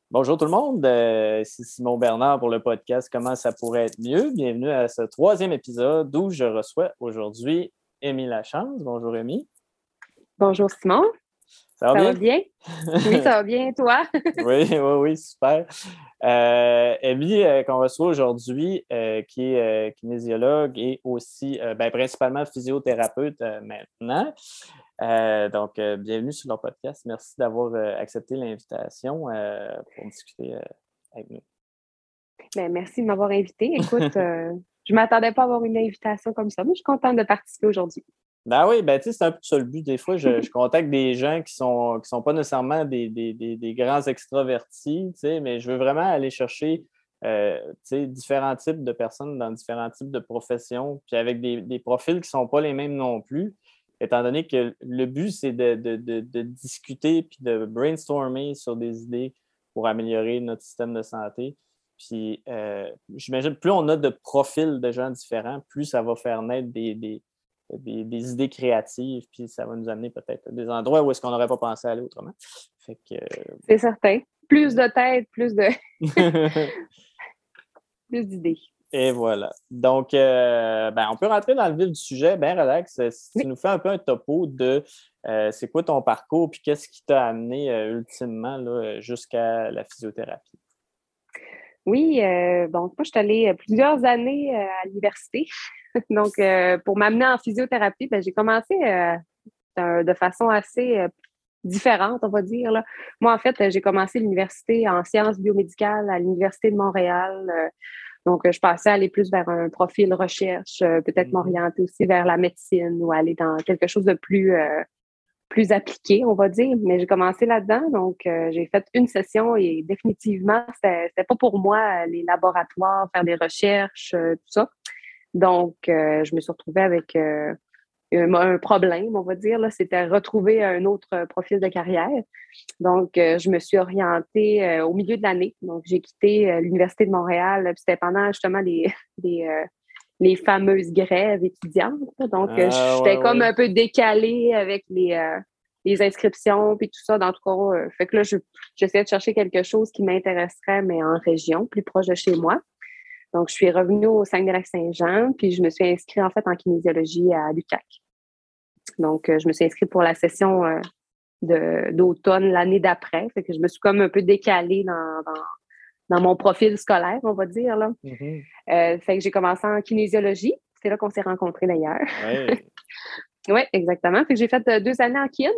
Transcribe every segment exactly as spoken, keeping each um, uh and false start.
Bonjour tout le monde, euh, c'est Simon Bernard pour le podcast Comment ça pourrait être mieux. Bienvenue à ce troisième épisode où je reçois aujourd'hui Amy Lachance. Bonjour Amy. Bonjour Simon. Ça va ça bien? va bien? Oui, ça va bien, toi? oui, oui, oui, super. Euh, Amy, euh, qu'on reçoit aujourd'hui, euh, qui est euh, kinésiologue et aussi euh, ben, principalement physiothérapeute euh, maintenant. Euh, donc, euh, bienvenue sur leur podcast. Merci d'avoir euh, accepté l'invitation euh, pour discuter euh, avec nous. Bien, merci de m'avoir invité. Écoute, euh, je ne m'attendais pas à avoir une invitation comme ça, mais je suis contente de participer aujourd'hui. Ben oui, ben tu sais, c'est un peu ça le but. Des fois, je, je contacte des gens qui sont qui sont pas nécessairement des, des, des, des grands extravertis, tu sais, mais je veux vraiment aller chercher euh, tu sais, différents types de personnes dans différents types de professions, puis avec des, des profils qui sont pas les mêmes non plus, étant donné que le but, c'est de, de, de, de discuter puis de brainstormer sur des idées pour améliorer notre système de santé. Puis, euh, j'imagine, plus on a de profils de gens différents, plus ça va faire naître des, des des, des idées créatives, puis ça va nous amener peut-être à des endroits où est-ce qu'on n'aurait pas pensé aller autrement. Fait que, euh... C'est certain. Plus de têtes, plus de plus d'idées. Et voilà. Donc, euh, ben, on peut rentrer dans le vif du sujet, bien relax. Si tu oui. nous fais un peu un topo de euh, c'est quoi ton parcours, puis qu'est-ce qui t'a amené euh, ultimement là, jusqu'à la physiothérapie? Oui, euh, donc moi, je suis allée plusieurs années euh, à l'université. donc, euh, pour m'amener en physiothérapie, ben, j'ai commencé euh, de façon assez euh, différente, on va dire. Là. Moi, en fait, j'ai commencé l'université en sciences biomédicales à l'Université de Montréal. Euh, donc, je passais à aller plus vers un profil recherche, euh, peut-être mm-hmm. m'orienter aussi vers la médecine ou aller dans quelque chose de plus, euh, plus appliqué, on va dire. Mais j'ai commencé là-dedans, donc euh, j'ai fait une session et définitivement, c'était, c'était pas pour moi les laboratoires, faire des recherches, euh, tout ça. Donc, euh, je me suis retrouvée avec euh, un, un problème, on va dire. Là, c'était retrouver un autre profil de carrière. Donc, euh, je me suis orientée euh, au milieu de l'année. Donc, j'ai quitté euh, l'Université de Montréal. Puis c'était pendant justement les, les, euh, les fameuses grèves étudiantes. Donc, ah, j'étais ouais, comme ouais. un peu décalée avec les, euh, les inscriptions puis tout ça. Dans tout cas, euh, fait que là, je, j'essayais de chercher quelque chose qui m'intéresserait, mais en région, plus proche de chez moi. Donc, je suis revenue au Saguenay-Lac-Saint-Jean, puis je me suis inscrite en fait en kinésiologie à l'U Q A C. Donc, euh, je me suis inscrite pour la session euh, de, d'automne l'année d'après. Fait que je me suis comme un peu décalée dans, dans, dans mon profil scolaire, on va dire. Là. Mm-hmm. Euh, fait que j'ai commencé en kinésiologie. C'est là qu'on s'est rencontrés d'ailleurs. Oui, ouais, exactement. Fait que j'ai fait euh, deux années en kin.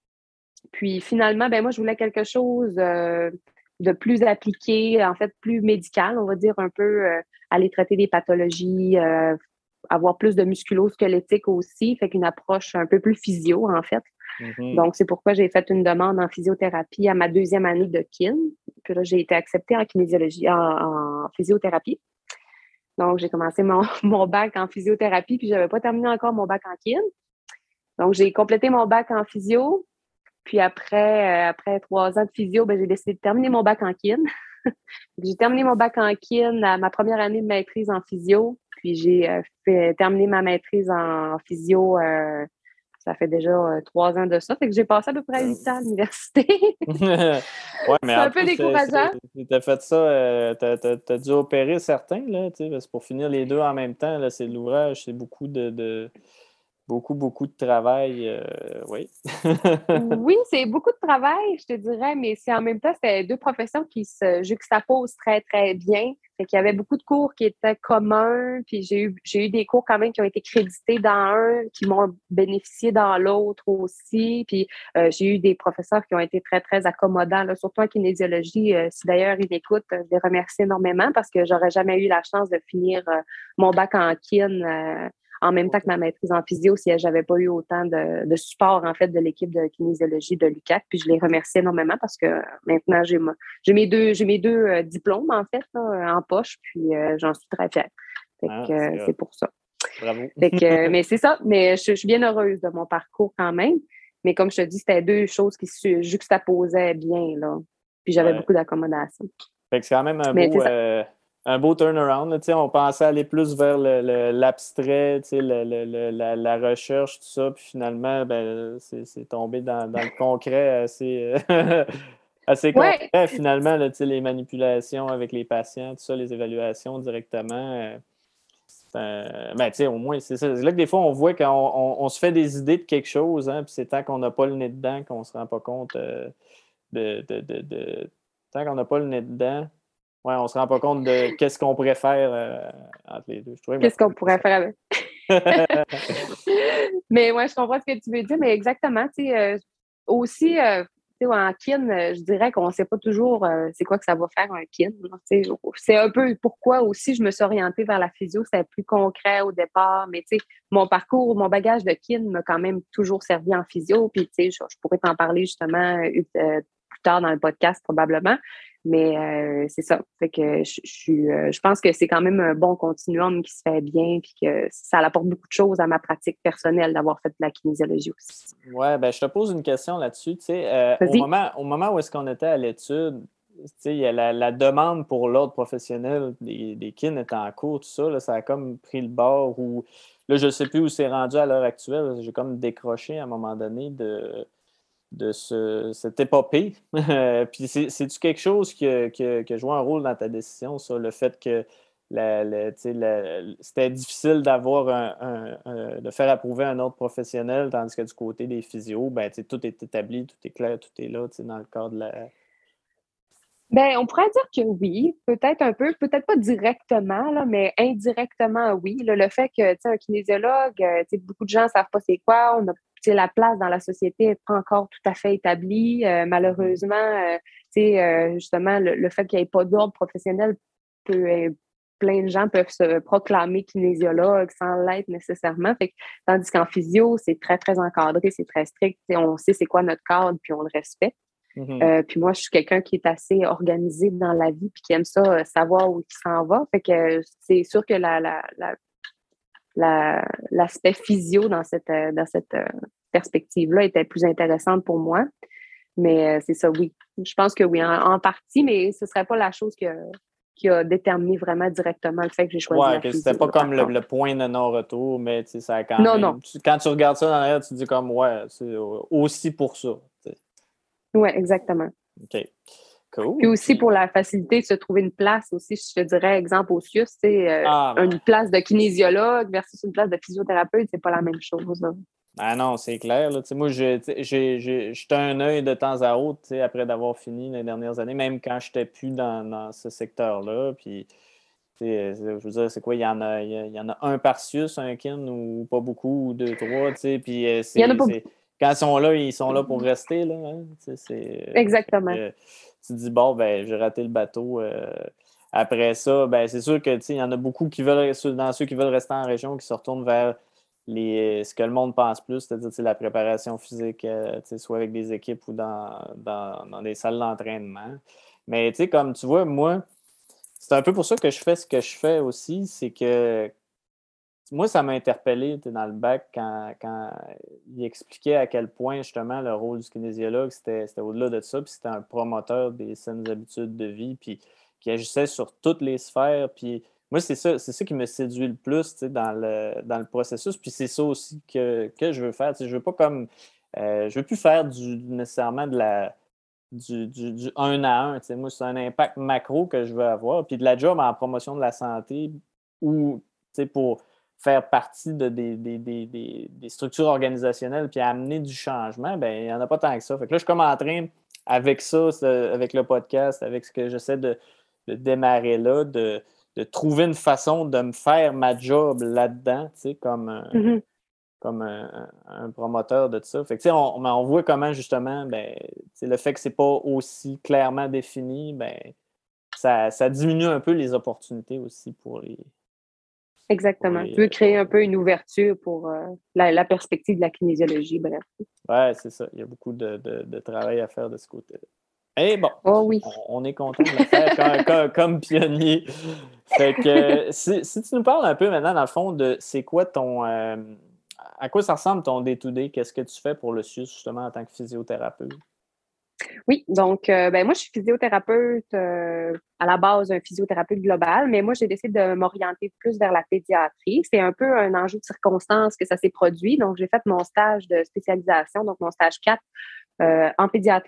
Puis finalement, ben moi, je voulais quelque chose euh, de plus appliqué, en fait, plus médical, on va dire un peu, euh, aller traiter des pathologies, euh, avoir plus de musculo-squelettique aussi, fait qu'une approche un peu plus physio, en fait. Mm-hmm. Donc, c'est pourquoi j'ai fait une demande en physiothérapie à ma deuxième année de kin. Puis là, j'ai été acceptée en kinésiologie, en, en physiothérapie. Donc, j'ai commencé mon, mon bac en physiothérapie, puis je n'avais pas terminé encore mon bac en kin. Donc, j'ai complété mon bac en physio. Puis après, euh, après trois ans de physio, ben, j'ai décidé de terminer mon bac en kin. j'ai terminé mon bac en kin à ma première année de maîtrise en physio. Puis j'ai euh, fait, terminé ma maîtrise en physio, euh, ça fait déjà euh, trois ans de ça. Fait que j'ai passé à peu près huit ans à l'université. ouais, mais c'est un peu plus, décourageant. Tu as fait ça, euh, tu as dû opérer certains, là, parce que pour finir les deux en même temps, là, c'est de l'ouvrage, c'est beaucoup de... de... Beaucoup, beaucoup de travail, euh, oui. oui, c'est beaucoup de travail, je te dirais, mais c'est en même temps, c'est deux professions qui se juxtaposent très, très bien. Fait qu'il y avait beaucoup de cours qui étaient communs, puis j'ai eu, j'ai eu des cours quand même qui ont été crédités dans un, qui m'ont bénéficié dans l'autre aussi. Puis euh, j'ai eu des professeurs qui ont été très, très accommodants, là, surtout en kinésiologie. Euh, si d'ailleurs ils m'écoutent, je les remercie énormément parce que j'aurais jamais eu la chance de finir euh, mon bac en kin euh, en même temps que ma maîtrise en physio si j'avais pas eu autant de, de support, en fait, de l'équipe de kinésiologie de l'U Q A C. Puis je les remercie énormément parce que maintenant, j'ai, ma, j'ai mes deux, j'ai mes deux euh, diplômes, en fait, là, en poche, puis euh, j'en suis très fière. Fait ah, que euh, c'est, c'est pour ça. Bravo. Fait que, euh, mais c'est ça, mais je, je suis bien heureuse de mon parcours quand même. Mais comme je te dis, c'était deux choses qui se juxtaposaient bien, là. Puis j'avais ouais. beaucoup d'accommodation. Fait que c'est quand même un mais beau... un beau turnaround. Là, on pensait aller plus vers le, le, l'abstrait, le, le, le, la, la recherche, tout ça. Puis finalement, ben, c'est, c'est tombé dans, dans le concret assez, assez Ouais. concret, finalement, là, tu sais, les manipulations avec les patients, tout ça, les évaluations directement. Euh, c'est un- ben, tu sais, au moins, c'est ça. C'est là que des fois, on voit qu'on on, on se fait des idées de quelque chose, hein, puis c'est tant qu'on n'a pas le nez dedans qu'on ne se rend pas compte euh, de, de, de, de- Tant qu'on n'a pas le nez dedans, ouais, on ne se rend pas compte de qu'est-ce qu'on pourrait faire euh, entre les deux. Je trouvais que Qu'est-ce qu'on Martin pourrait faire avec? ça. Mais ouais, je comprends ce que tu veux dire, mais exactement, tu sais, euh, aussi, euh, tu sais, en kin, euh, je dirais qu'on ne sait pas toujours euh, c'est quoi que ça va faire un kin. Là, tu sais. C'est un peu pourquoi aussi je me suis orientée vers la physio, c'était plus concret au départ, mais tu sais, mon parcours, mon bagage de kin m'a quand même toujours servi en physio, puis tu sais, je, je pourrais t'en parler justement euh, euh, plus tard dans le podcast probablement. Mais euh, c'est ça. Fait que je, je, suis, euh, je pense que c'est quand même un bon continuum qui se fait bien, puis que ça apporte beaucoup de choses à ma pratique personnelle d'avoir fait de la kinésiologie aussi. Ouais, ben je te pose une question là-dessus. Tu sais, euh, au Vas-y. moment, au moment où est-ce qu'on était à l'étude, tu sais, il y a la, la demande pour l'ordre professionnel des, des kin est en cours, tout ça, là, ça a comme pris le bord où là, je ne sais plus où c'est rendu à l'heure actuelle. J'ai comme décroché à un moment donné de, de ce, cette épopée. Puis c'est, c'est-tu quelque chose qui a, qui a- qui a joué un rôle dans ta décision, ça, le fait que la, la- tu sais, la- c'était difficile d'avoir un, un- un- de faire approuver un ordre professionnel, tandis que du côté des physios, ben, tu sais, tout est établi, tout est clair, tout est là, tu sais, dans le cadre de la. Ben, on pourrait dire que oui, peut-être un peu, peut-être pas directement, là, mais indirectement, oui. Là, le fait que, tu sais, un kinésiologue, euh, tu sais, beaucoup de gens ne savent pas c'est quoi, on a, tu sais, la place dans la société n'est pas encore tout à fait établie. Euh, malheureusement, euh, tu sais, euh, justement, le, le fait qu'il n'y ait pas d'ordre professionnel peut, euh, plein de gens peuvent se proclamer kinésiologue sans l'être nécessairement. Fait que, tandis qu'en physio, c'est très, très encadré, c'est très strict. Tu sais, on sait c'est quoi notre cadre, puis on le respecte. Mhm. Euh, puis moi, je suis quelqu'un qui est assez organisé dans la vie puis qui aime ça, euh, savoir où il s'en va. Fait que euh, c'est sûr que la, la, la, la- l'aspect physio dans cette, euh, dans cette euh, perspective-là était plus intéressante pour moi. Mais euh, c'est ça, oui. Je pense que oui, en, en partie, mais ce ne serait pas la chose que, qui a déterminé vraiment directement le fait que j'ai choisi Ouais, la que c'était physio, pas là, par comme le, contre. le point de non-retour, mais tu sais, ça a quand Non, même. non. tu- quand tu regardes ça dans l'arrière, tu te dis comme ouais, c'est aussi pour ça. Tu sais. Oui, exactement. OK. Puis Cool. aussi Puis, pour la facilité de se trouver une place aussi, je te dirais, exemple au C I U S, c'est euh, ah, ben ouais. une place de kinésiologue versus une place de physiothérapeute, c'est pas la même chose. Là. Ah non, c'est clair. Là. Tu sais, moi, j'ai, tu sais, j'ai, j'ai, jeté un œil de temps à autre tu sais, après d'avoir fini les dernières années, même quand je n'étais plus dans, dans ce secteur-là. Puis, tu sais, je veux dire, c'est quoi? Il y en a, il y a- il y en a un par CIUS, un kin, ou pas beaucoup, ou deux, trois. Tu sais, puis, euh, Il y en a c'est, pas c'est- quand ils sont là, ils sont là pour rester. Là, hein. Tu sais, c'est, euh, fait exactement. que, tu te dis, bon, ben, j'ai raté le bateau. euh, Après ça, ben, c'est sûr que tu sais, il y en a beaucoup qui veulent, dans ceux qui veulent rester en région, qui se retournent vers les, ce que le monde pense plus, c'est-à-dire la préparation physique, euh, soit avec des équipes ou dans, dans, dans des salles d'entraînement. Mais tu sais, comme tu vois, moi, c'est un peu pour ça que je fais ce que je fais aussi, c'est que moi, ça m'a interpellé dans le bac quand, quand il expliquait à quel point justement le rôle du kinésiologue, c'était, c'était au-delà de ça, puis c'était un promoteur des saines habitudes de vie, puis qui agissait sur toutes les sphères. Puis moi, c'est ça, c'est ça qui me séduit le plus dans le, dans le processus. Puis c'est ça aussi que, que je veux faire. Je veux pas comme. Euh, je veux plus faire du, nécessairement de la. Du, du, du un à un. Moi, c'est un impact macro que je veux avoir. Puis de la job en promotion de la santé ou pour faire partie de des, des, des, des, des structures organisationnelles puis amener du changement, ben il n'y en a pas tant que ça. Fait que là, je suis comme en train, avec ça, avec le podcast, avec ce que j'essaie de, de démarrer là, de, de trouver une façon de me faire ma job là-dedans, comme, un, Mm-hmm. comme un, un promoteur de tout ça. Fait que, on, on voit comment, justement, ben, le fait que c'est pas aussi clairement défini, ben, ça, ça diminue un peu les opportunités aussi pour les, pour Exactement. les, Tu veux créer un peu une ouverture pour euh, la, la perspective de la kinésiologie, bref. ouais, c'est ça. Il y a beaucoup de, de, de travail à faire de ce côté-là. Et bon, Oh oui. on, on est content de le faire comme, comme, comme pionnier. Fait que si, si tu nous parles un peu maintenant, dans le fond, de c'est quoi ton. Euh, à quoi ça ressemble ton day-to-day? Qu'est-ce que tu fais pour le C I U S, justement, en tant que physiothérapeute? Oui, donc euh, ben moi, je suis physiothérapeute euh, à la base, un physiothérapeute global, mais moi, j'ai décidé de m'orienter plus vers la pédiatrie. C'est un peu un enjeu de circonstance que ça s'est produit. Donc, j'ai fait mon stage de spécialisation, donc mon stage quatre euh, en pédiatrie.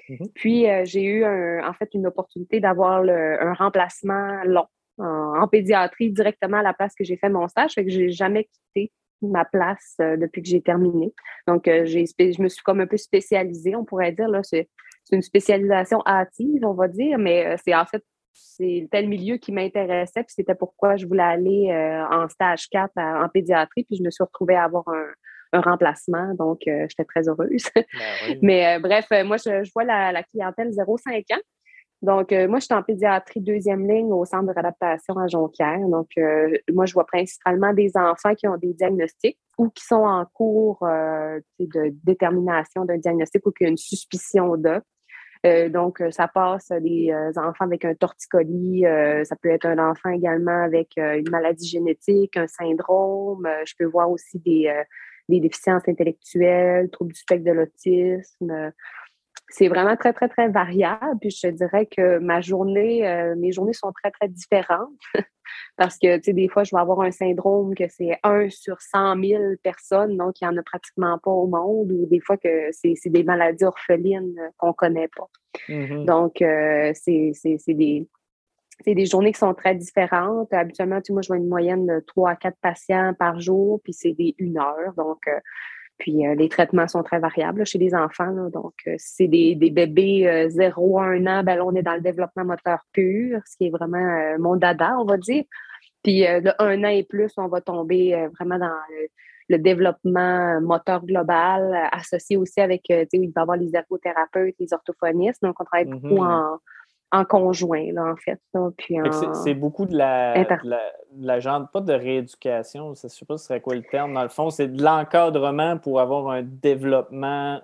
Mm-hmm. Puis, euh, j'ai eu un, en fait une opportunité d'avoir le, un remplacement long en, en pédiatrie directement à la place que j'ai fait mon stage. Fait que j'ai jamais quitté ma place euh, depuis que j'ai terminé. Donc, euh, j'ai, je me suis comme un peu spécialisée, on pourrait dire. Là, c'est, c'est une spécialisation hâtive, on va dire, mais euh, c'est en fait c'est tel milieu qui m'intéressait, puis c'était pourquoi je voulais aller euh, en stage quatre à, en pédiatrie, puis je me suis retrouvée à avoir un, un remplacement, donc euh, j'étais très heureuse. Ben oui. Mais euh, bref, euh, moi, je, je vois la, la clientèle zéro à cinq ans. Donc, euh, moi, je suis en pédiatrie deuxième ligne au centre de réadaptation à Jonquière. Donc, euh, moi, je vois principalement des enfants qui ont des diagnostics ou qui sont en cours euh, de détermination d'un diagnostic ou qui ont une suspicion de. Euh, donc, ça passe des euh, enfants avec un torticolis. Euh, ça peut être un enfant également avec euh, une maladie génétique, un syndrome. Euh, je peux voir aussi des, euh, des déficiences intellectuelles, troubles du spectre de l'autisme. C'est vraiment très, très, très variable. Puis je te dirais que ma journée, euh, mes journées sont très, très différentes. Parce que, tu sais, des fois, je vais avoir un syndrome que c'est un sur cent mille personnes, donc il n'y en a pratiquement pas au monde, ou des fois que c'est, c'est des maladies orphelines qu'on ne connaît pas. Mm-hmm. Donc, euh, c'est, c'est, c'est, des, c'est des journées qui sont très différentes. Habituellement, tu sais, moi, je vois une moyenne de trois à quatre patients par jour, puis c'est des une heure. Donc, euh, puis euh, les traitements sont très variables là, chez les enfants. Là. Donc, euh, si c'est des, des bébés euh, zéro à un an, ben là, on est dans le développement moteur pur, ce qui est vraiment euh, mon dada, on va dire. Puis euh, de un an et plus, on va tomber euh, vraiment dans le, le développement moteur global, euh, associé aussi avec, euh, tu sais, il va y avoir les ergothérapeutes, les orthophonistes. Donc, on travaille beaucoup Mm-hmm. en, en conjoint, là, en fait. Là, puis Fait que c'est, c'est en beaucoup de la, inter... de la, de la genre, pas de rééducation, ça, je ne sais pas ce serait quoi le terme. Dans le fond, c'est de l'encadrement pour avoir un développement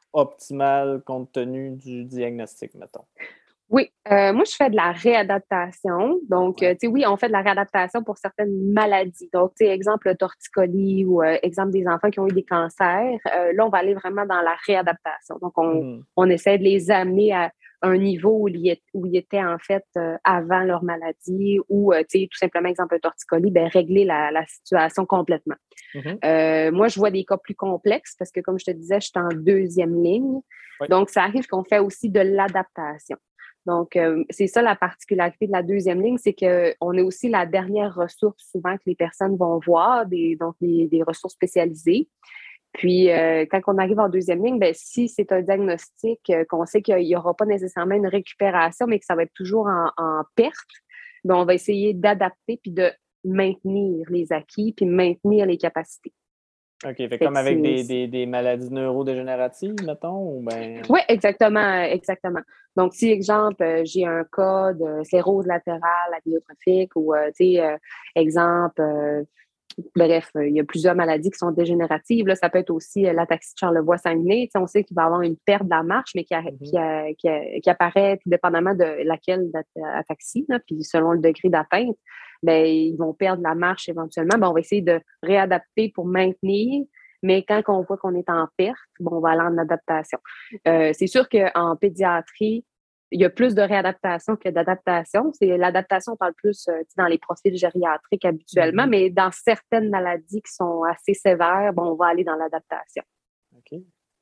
optimal compte tenu du diagnostic, mettons. Oui, euh, moi, je fais de la réadaptation. Donc, euh, Ouais. tu sais, oui, on fait de la réadaptation pour certaines maladies. Donc, tu sais, exemple, le torticolis ou euh, exemple des enfants qui ont eu des cancers. Euh, là, on va aller vraiment dans la réadaptation. Donc, on, Mm-hmm. on essaie de les amener à un niveau où ils, où ils étaient, en fait, euh, avant leur maladie ou, euh, tu sais, tout simplement, exemple, le torticolis, ben, régler la, la situation complètement. Mm-hmm. Euh, moi, je vois des cas plus complexes parce que, comme je te disais, je suis en deuxième ligne. Oui. Donc, ça arrive qu'on fait aussi de l'adaptation. Donc, euh, c'est ça la particularité de la deuxième ligne, c'est qu'on est aussi la dernière ressource souvent que les personnes vont voir, des, donc des, des ressources spécialisées. Puis, euh, quand on arrive en deuxième ligne, ben, si c'est un diagnostic euh, qu'on sait qu'il n'y aura pas nécessairement une récupération, mais que ça va être toujours en, en perte, ben, on va essayer d'adapter puis de maintenir les acquis puis maintenir les capacités. OK. Fait, Fait comme que avec c'est, des, des, des maladies neurodégénératives, mettons, ou ben. Oui, exactement, exactement. Donc, si, exemple, euh, j'ai un cas de sclérose latérale amyotrophique ou, euh, tu sais, euh, exemple, euh, bref, euh, il y a plusieurs maladies qui sont dégénératives. Là, ça peut être aussi euh, l'ataxie de Charlevoix-Saguenay. Tu sais, on sait qu'il va y avoir une perte de la marche, mais qui, a- Mm-hmm. qui, a- qui, a- qui apparaît tout dépendamment de laquelle ataxie, là, puis selon le degré d'atteinte, ben, ils vont perdre la marche éventuellement. Ben, on va essayer de réadapter pour maintenir. Mais quand on voit qu'on est en perte, bon, on va aller en adaptation. Euh, c'est sûr qu'en pédiatrie, il y a plus de réadaptation que d'adaptation. C'est l'adaptation, on parle plus euh, dans les profils gériatriques habituellement, Mm-hmm. mais dans certaines maladies qui sont assez sévères, bon, on va aller dans l'adaptation. OK.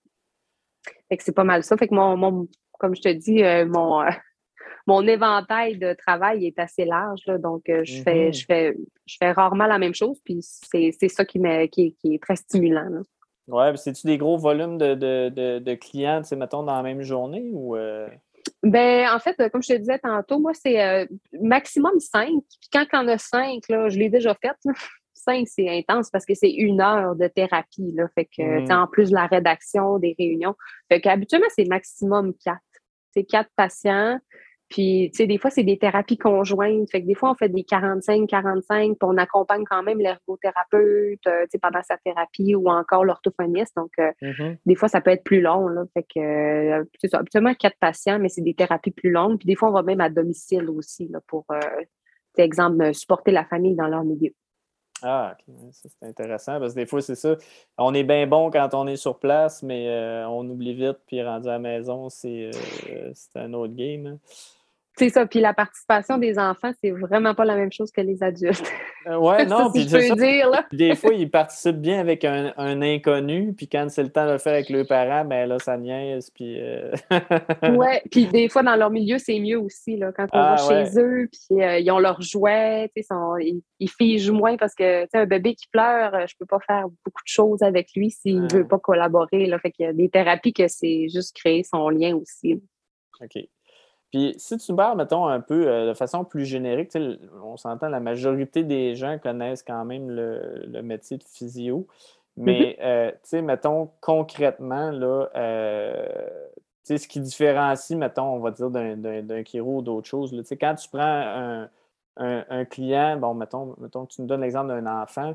Fait que c'est pas mal ça. Fait que mon, mon comme je te dis, euh, mon, euh, mon éventail de travail est assez large, là, donc euh, je fais, Mm-hmm. je fais, je fais rarement la même chose, puis c'est, c'est ça qui, me, qui, qui est très stimulant. Là. Ouais, puis c'est-tu des gros volumes de, de, de, de clients, tu sais, mettons, dans la même journée ou. Euh... Ben, en fait, comme je te disais tantôt, moi, c'est euh, maximum cinq. Puis quand on a cinq, là, je l'ai déjà fait. Là. Cinq, c'est intense parce que c'est une heure de thérapie. Là. Fait que, Mm-hmm. en plus de la rédaction, des réunions. Fait qu'habituellement, c'est maximum quatre. C'est quatre patients. Puis, tu sais, des fois, c'est des thérapies conjointes. Fait que des fois, on fait des quarante-cinq, quarante-cinq, puis on accompagne quand même l'ergothérapeute, euh, tu sais, pendant sa thérapie ou encore l'orthophoniste. Donc, euh, Mm-hmm. des fois, ça peut être plus long. Là. Fait que, euh, c'est ça, habituellement, quatre patients, mais c'est des thérapies plus longues. Puis des fois, on va même à domicile aussi là, pour, euh, exemple, supporter la famille dans leur milieu. Ah, OK. Ça, c'est intéressant parce que des fois, c'est ça. On est bien bon quand on est sur place, mais euh, on oublie vite, puis rendu à la maison, c'est, euh, c'est un autre game. Hein. C'est ça. Puis la participation des enfants, c'est vraiment pas la même chose que les adultes. Euh, ouais, ça, non, si puis je c'est ça. peux dire, là. Des fois, ils participent bien avec un, un inconnu, puis quand c'est le temps de le faire avec leurs parents, ben là, ça niaise, puis... euh, Ouais, puis des fois, dans leur milieu, c'est mieux aussi, là, quand on va Ah chez ouais, eux, puis euh, ils ont leurs jouets, tu sais, sont- ils, ils figent moins parce que, tu sais, un bébé qui pleure, euh, je peux pas faire beaucoup de choses avec lui s'il veut ah, pas collaborer, là. Fait qu'il y a des thérapies que c'est juste créer son lien aussi. OK. Puis si tu me parles, mettons, un peu euh, de façon plus générique, tu sais, on s'entend, la majorité des gens connaissent quand même le, le métier de physio, Mhm. mais euh, tu sais, mettons, concrètement, là, euh, tu sais, ce qui différencie, mettons, on va dire, d'un, d'un, d'un chiro ou d'autre chose, là, tu sais, quand tu prends un, un, un client, bon, mettons, mettons que tu nous donnes l'exemple d'un enfant,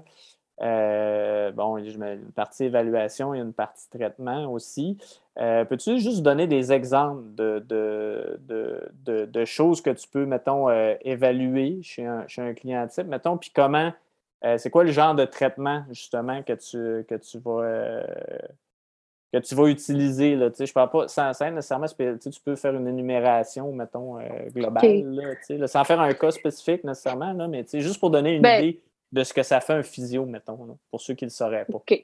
euh, bon, je mets une partie évaluation et une partie traitement aussi. Euh, peux-tu juste donner des exemples de, de, de, de, de choses que tu peux, mettons, euh, évaluer chez un, chez un client type, mettons, puis comment, euh, c'est quoi le genre de traitement, justement, que tu, que tu vas, euh, que tu vas utiliser, là, tu sais, je parle pas, sans, sans nécessairement, tu sais, tu peux faire une énumération, mettons, euh, globale, OK. là, tu sais, là, sans faire un cas spécifique nécessairement, là, mais tu sais, juste pour donner une Ben, idée de ce que ça fait un physio, mettons, là, pour ceux qui ne le sauraient pas. OK.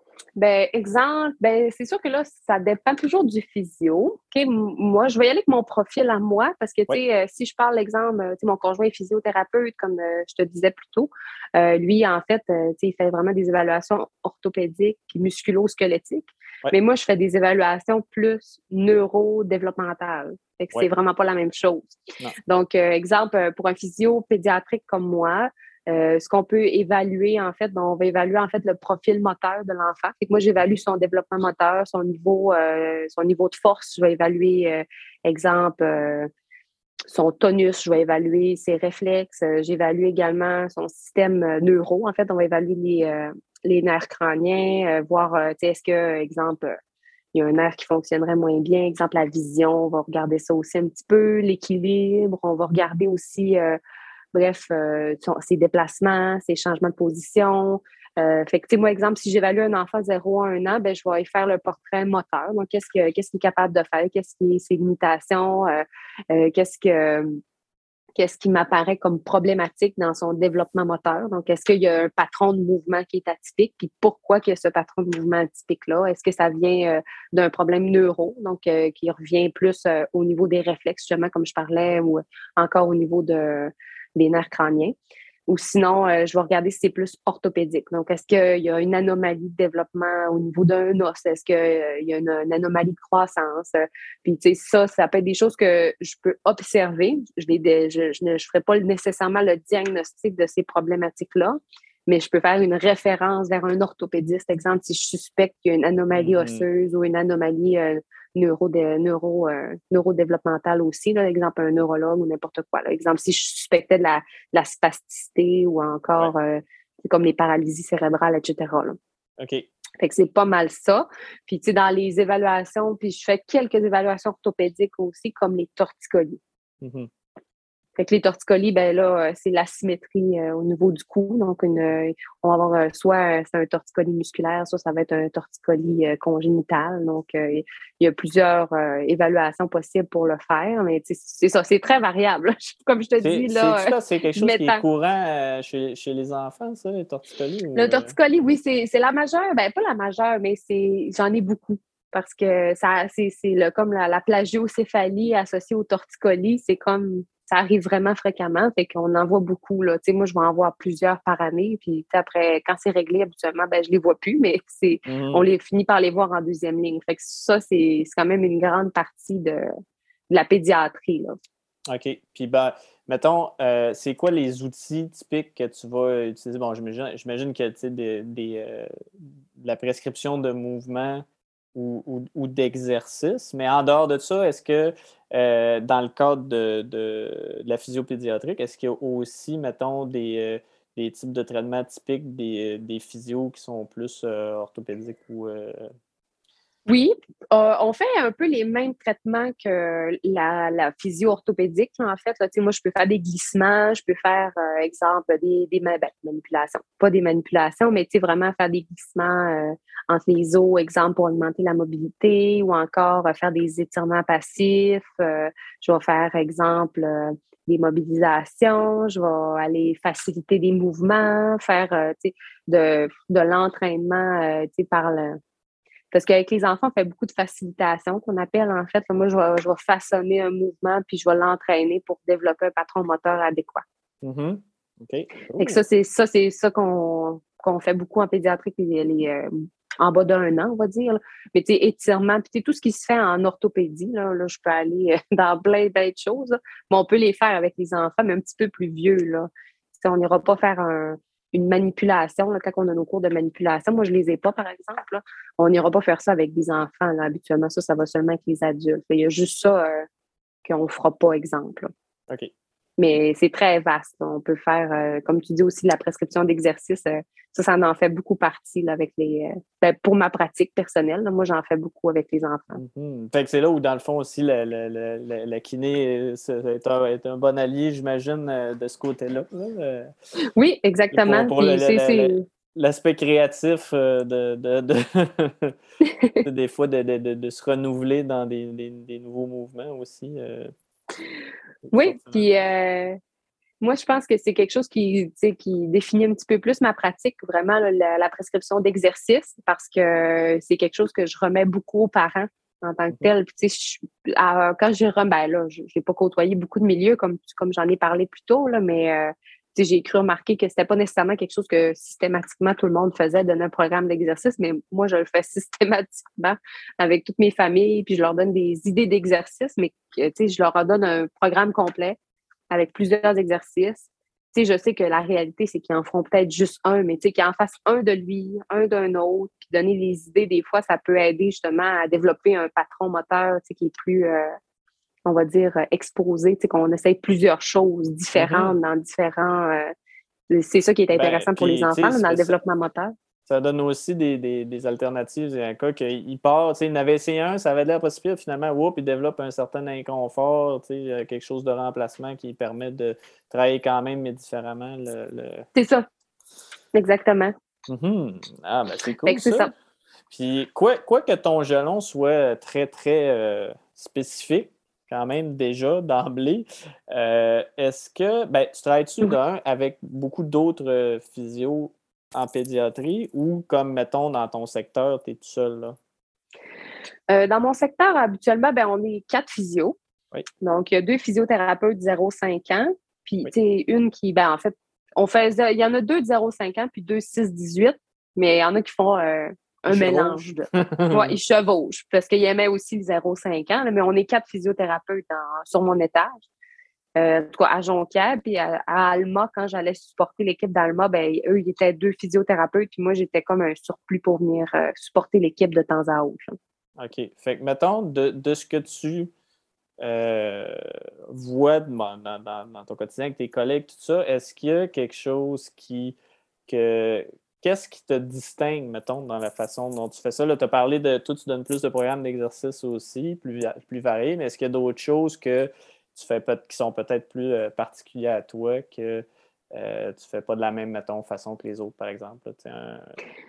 Ben, exemple, ben, c'est sûr que là, ça dépend toujours du physio. OK? M- Moi, je vais y aller avec mon profil à moi parce que, tu Oui, sais, euh, si je parle l'exemple, euh, tu sais, mon conjoint est physiothérapeute, comme euh, je te disais plus tôt, euh, lui, en fait, euh, tu sais, il fait vraiment des évaluations orthopédiques puis musculo-squelettiques. oui, Mais moi, je fais des évaluations plus neuro-développementales. Fait que oui, c'est vraiment pas la même chose. non, Donc, euh, exemple, euh, pour un physio pédiatrique comme moi, euh, ce qu'on peut évaluer, en fait, ben, on va évaluer en fait le profil moteur de l'enfant. Fait que moi, j'évalue mhm, son développement moteur, son niveau, euh, son niveau de force. Je vais évaluer, euh, exemple, euh, son tonus, je vais évaluer ses réflexes. Euh, J'évalue également son système euh, neuro. En fait, on va évaluer les, euh, les nerfs crâniens, euh, voir, euh, tu sais, est-ce que, exemple, euh, il y a un nerf qui fonctionnerait moins bien. Exemple, la vision, on va regarder ça aussi un petit peu, l'équilibre. On va regarder aussi euh, bref, euh, son- ses déplacements, ses changements de position. Euh, fait que, tu sais, moi, exemple, si j'évalue un enfant de zéro à un an, ben, je vais y faire le portrait moteur. Donc, qu'est-ce que, qu'est-ce qu'il est capable de faire? Qu'est-ce qui est ses limitations? Euh, euh, qu'est-ce que, qu'est-ce qui m'apparaît comme problématique dans son développement moteur? Donc, est-ce qu'il y a un patron de mouvement qui est atypique? Puis pourquoi qu'il y a ce patron de mouvement atypique-là? Est-ce que ça vient euh, d'un problème neuro, donc euh, qui revient plus euh, au niveau des réflexes, justement, comme je parlais, ou encore au niveau de, des nerfs crâniens? Ou sinon, euh, je vais regarder si c'est plus orthopédique. Donc, est-ce qu'il y a une anomalie de développement au niveau d'un os? Est-ce qu'il euh, y a une, une anomalie de croissance? Puis, tu sais, ça, ça peut être des choses que je peux observer. Je ne je, je, ne- je ferai pas nécessairement le diagnostic de ces problématiques-là, mais je peux faire une référence vers un orthopédiste. Exemple, si je suspecte qu'il y a une anomalie mhm, osseuse ou une anomalie euh, neuro, de, neuro, euh, neurodéveloppementale aussi, là, exemple, un neurologue ou n'importe quoi. Là. Exemple, si je suspectais de la, de la spasticité ou ouais, encore euh, comme les paralysies cérébrales, et cetera là. OK. Fait que c'est pas mal ça. Puis, tu sais, dans les évaluations, puis je fais quelques évaluations orthopédiques aussi, comme les torticolis. Mhm. Fait que les torticolis, ben là, euh, c'est l'asymétrie euh, au niveau du cou. Donc, une, euh, on va avoir euh, soit euh, c'est un torticolis musculaire, soit ça va être un torticolis euh, congénital. Donc, euh, il y a plusieurs euh, évaluations possibles pour le faire, mais tu sais, c'est ça, c'est très variable. Comme je te C'est, dis, là, c'est-tu euh, là, c'est quelque chose qui est mettant courant euh, chez, chez les enfants, ça, les torticolis? le Ou, euh? torticolis, oui, c'est c'est la majeure. Ben, pas la majeure, mais c'est j'en ai beaucoup. Parce que ça, c'est c'est le, comme la, la plagiocéphalie associée au torticolis, c'est comme ça arrive vraiment fréquemment, fait qu'on en voit beaucoup. Là. Tu sais, moi, je vais en voir plusieurs par année. Puis tu sais, après, quand c'est réglé, habituellement, ben, je les vois plus, mais c'est on Mhm. les finit par les voir en deuxième ligne. Fait que ça, c'est c'est quand même une grande partie de, de la pédiatrie. Là. OK. Puis, ben, mettons, euh, c'est quoi les outils typiques que tu vas utiliser? Bon, j'imagine, j'imagine que tu sais, des, des, euh, de la prescription de mouvements ou, ou, ou d'exercices, mais en dehors de ça, est-ce que euh, dans le cadre de, de, de la physiopédiatrique, est-ce qu'il y a aussi, mettons, des, euh, des types de traitements typiques des, des physios qui sont plus euh, orthopédiques ou. euh, Oui, euh, on fait un peu les mêmes traitements que la, la physio orthopédique. En fait, là, moi, je peux faire des glissements, je peux faire, euh, exemple, des, des ben, manipulations. Pas des manipulations, mais vraiment faire des glissements euh, entre les os, exemple, pour augmenter la mobilité ou encore euh, faire des étirements passifs. Euh, je vais faire, exemple, euh, des mobilisations, je vais aller faciliter des mouvements, faire euh, de, de l'entraînement euh, par le parce qu'avec les enfants, on fait beaucoup de facilitation qu'on appelle en fait. Là, moi, je vais, je vais façonner un mouvement puis je vais l'entraîner pour développer un patron moteur adéquat. Mm-hmm. OK. Fait que ça, c'est ça, c'est ça qu'on qu'on fait beaucoup en pédiatrie, puis les, euh, en bas d'un an, on va dire. Là. Mais tu sais, étirement, puis tout ce qui se fait en orthopédie, là, là je peux aller euh, dans plein, plein de choses. Là. Mais on peut les faire avec les enfants, mais un petit peu plus vieux. Là. T'sais, on n'ira pas faire un, une manipulation là, quand on a nos cours de manipulation. Moi, je ne les ai pas, par exemple. Là. On n'ira pas faire ça avec des enfants. Là. Habituellement, ça, ça va seulement avec les adultes. Il y a juste ça euh, qu'on ne fera pas, exemple. Là. OK. Mais c'est très vaste. Là. On peut faire, euh, comme tu dis aussi, la prescription d'exercice. Euh, ça, ça en fait beaucoup partie là, avec les. Euh, ben, pour ma pratique personnelle, là, moi, j'en fais beaucoup avec les enfants. Mm-hmm. Fait que c'est là où, dans le fond, aussi, le, le, le, la kiné est un, est un bon allié, j'imagine, de ce côté-là. Là. Oui, exactement. Pour, pour le, c'est, le, c'est... le, l'aspect créatif de, de, de des fois de, de, de, se renouveler dans des, des, des nouveaux mouvements aussi. Euh, oui, puis euh, moi, je pense que c'est quelque chose qui, qui définit un petit peu plus ma pratique, vraiment là, la, la prescription d'exercice, parce que c'est quelque chose que je remets beaucoup aux parents en tant que tel. Puis, je, à, quand je remets, ben là, je n'ai pas côtoyé beaucoup de milieux, comme, comme j'en ai parlé plus tôt, là, mais euh, j'ai cru remarquer que c'était pas nécessairement quelque chose que systématiquement tout le monde faisait, donner un programme d'exercice, mais moi, je le fais systématiquement avec toutes mes familles, puis je leur donne des idées d'exercice, mais je leur donne un programme complet avec plusieurs exercices. Tu sais, je sais que la réalité, c'est qu'ils en feront peut-être juste un, mais tu sais, qu'ils en fassent un de lui, un d'un autre, puis donner des idées, des fois, ça peut aider justement à développer un patron moteur, tu sais, qui est plus, euh, on va dire, exposé, tu sais, qu'on essaye plusieurs choses différentes mm-hmm. dans différents... Euh, c'est ça qui est intéressant ben, pour les enfants, là, dans le développement ça... moteur. Ça donne aussi des, des, des alternatives. Il y a un cas qu'il part, tu sais, il en avait essayé un, ça avait l'air pas si pire, finalement, whoop, il développe un certain inconfort, tu sais, quelque chose de remplacement qui permet de travailler quand même, mais différemment. Le, le... C'est ça. Exactement. Mm-hmm. Ah, ben c'est cool. Fait que c'est ça. ça. Puis, quoi, quoi que ton gelon soit très, très euh, spécifique, quand même, déjà, d'emblée, euh, est-ce que, ben, tu travailles-tu mm-hmm. d'un avec beaucoup d'autres euh, physios en pédiatrie ou comme, mettons, dans ton secteur, tu es tout seul là? Euh, dans mon secteur, habituellement, ben, on est quatre physios. Oui. Donc, il y a deux physiothérapeutes de zéro à cinq ans. Puis, oui. tu sais, une qui, ben, en fait, on fait, il y en a deux de zéro à cinq ans, puis deux six dix-huit. Mais il y en a qui font euh, un ils mélange. De... ouais, ils chevauchent parce qu'ils aimaient aussi le zéro à cinq ans. Là, mais on est quatre physiothérapeutes dans, sur mon étage. Euh, en tout cas, à Jonquière, puis à, à Alma, quand j'allais supporter l'équipe d'Alma, ben, eux, ils étaient deux physiothérapeutes, puis moi, j'étais comme un surplus pour venir euh, supporter l'équipe de temps à autre. Là. OK. Fait que, mettons, de, de ce que tu euh, vois dans, dans, dans ton quotidien avec tes collègues, tout ça, est-ce qu'il y a quelque chose qui... que Qu'est-ce qui te distingue, mettons, dans la façon dont tu fais ça? Tu as parlé de... Toi, tu donnes plus de programmes d'exercice aussi, plus, plus variés, mais est-ce qu'il y a d'autres choses que tu fais qui sont peut-être plus euh, particulières à toi, que euh, tu ne fais pas de la même, mettons, façon que les autres, par exemple? Là, un...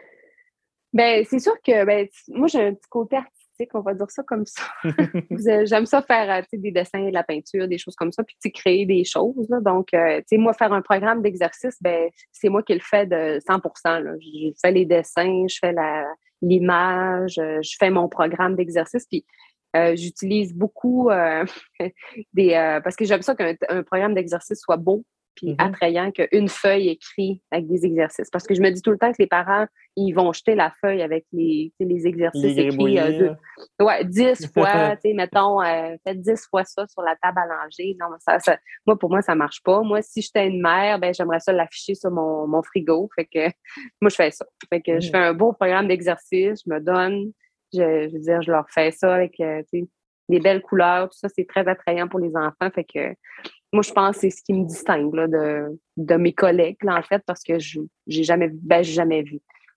Ben, c'est sûr que ben, moi, j'ai un petit côté artistique, on va dire ça comme ça. J'aime ça faire des dessins, de la peinture, des choses comme ça, puis créer des choses. Là. Donc, euh, moi, faire un programme d'exercice, ben, c'est moi qui le fais de cent pour cent. Là. Je fais les dessins, je fais la, l'image, je fais mon programme d'exercice, puis euh, j'utilise beaucoup euh, des... Euh, parce que j'aime ça qu'un un programme d'exercice soit beau, puis mm-hmm. attrayant qu'une feuille écrite avec des exercices. Parce que je me dis tout le temps que les parents, ils vont jeter la feuille avec les, les exercices les écrits. Euh, deux, ouais, dix fois, tu sais, mettons, euh, faites dix fois ça sur la table à langer. Non, ça, ça, moi, pour moi, ça marche pas. Moi, si j'étais une mère, ben j'aimerais ça l'afficher sur mon, mon frigo. Fait que moi, je fais ça. Fait que mm-hmm. je fais un beau programme d'exercice, je me donne, je, je veux dire, je leur fais ça avec, euh, tu sais, des belles couleurs, tout ça, c'est très attrayant pour les enfants. Fait que moi, je pense que c'est ce qui me distingue là, de, de mes collègues, là, en fait, parce que je j'ai jamais, ben, j'ai jamais vu.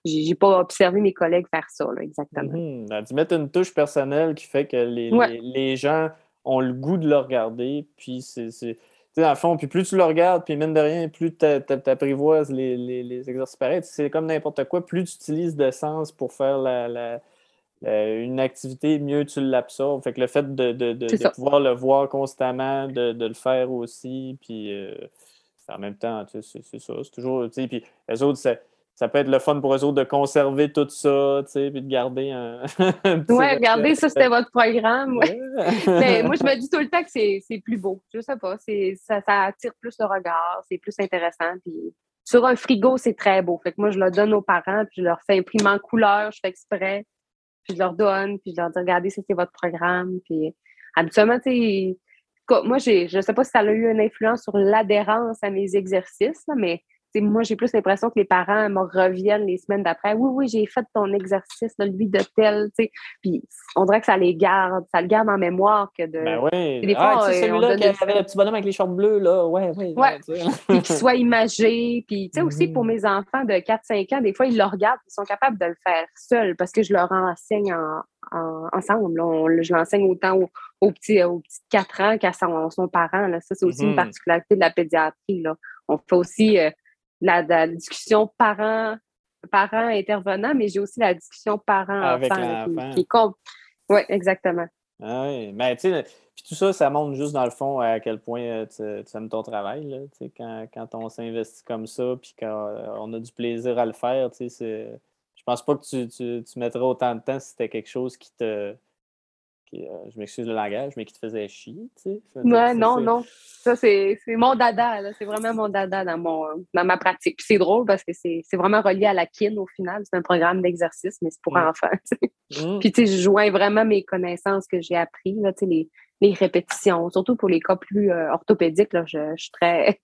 j'ai, j'ai pas observé mes collègues faire ça, là, exactement. Mm-hmm. Tu mets une touche personnelle qui fait que les, Ouais. les, les gens ont le goût de le regarder, puis c'est... c'est... Tu sais, dans le fond, puis plus tu le regardes, puis mine de rien, plus tu apprivoises les, les, les exercices pareils. C'est comme n'importe quoi, plus tu utilises de sens pour faire la, la, la, une activité, mieux tu l'absorbes. Fait que le fait de, de, de, de pouvoir le voir constamment, de, de le faire aussi, puis euh, en même temps, tu sais, c'est, c'est ça. C'est toujours, tu sais, puis les autres, ça, ça peut être le fun pour eux autres de conserver tout ça, tu sais, puis de garder un, un petit ouais, regardez, ça, c'était votre programme. Ouais. Ouais. Mais moi, je me dis tout le temps que c'est, c'est plus beau. Je sais pas, c'est, ça, ça attire plus le regard, c'est plus intéressant. Puis sur un frigo, c'est très beau. Fait que moi, je le donne aux parents, puis je leur fais imprimer en couleur, je fais exprès, puis je leur donne, puis je leur dis, regardez, ça, c'est votre programme. Puis habituellement, tu sais, moi, j'ai, je sais pas si ça a eu une influence sur l'adhérence à mes exercices, là, mais moi, j'ai plus l'impression que les parents me reviennent les semaines d'après. Oui, oui, j'ai fait ton exercice, là, lui de tel, tu sais. Puis on dirait que ça les garde, ça le garde en mémoire que de. Ben oui. Des Ah, fois, tu sais, on celui-là donne qui une... avait le petit bonhomme avec les shorts bleus, là. Ouais, oui. Ouais. Puis qu'il soit imagé. Puis, tu sais, aussi pour Mm-hmm. mes enfants de quatre cinq ans, des fois, ils le regardent, ils sont capables de le faire seuls parce que je leur enseigne en, en, ensemble. Là. On, je l'enseigne autant aux, aux petits aux petits quatre ans qu'à son, son parent. Là. Ça, c'est aussi mm-hmm. une particularité de la pédiatrie. Là. On fait aussi. Euh, La, la discussion parents parents intervenants, mais j'ai aussi la discussion parents-enfants là, qui, qui compte. Oui, exactement. Ah oui, mais tu sais, puis tout ça, ça montre juste dans le fond à quel point tu, tu aimes ton travail, là, tu sais, quand, quand on s'investit comme ça, puis quand on a du plaisir à le faire, tu sais, c'est... Je pense pas que tu, tu, tu mettrais autant de temps si c'était quelque chose qui te... Qui, euh, je m'excuse le langage, mais qui te faisait chier, tu sais. Ouais, non, c'est... non. Ça, c'est, c'est mon dada, là. C'est vraiment mon dada dans, mon, dans ma pratique. Puis c'est drôle parce que c'est, c'est vraiment relié à la kin au final. C'est un programme d'exercice, mais c'est pour mm. enfants, tu sais. Mm. Puis, tu sais, je joins vraiment mes connaissances que j'ai apprises, là, tu sais, les, les répétitions. Surtout pour les cas plus euh, orthopédiques, là, je, je suis très...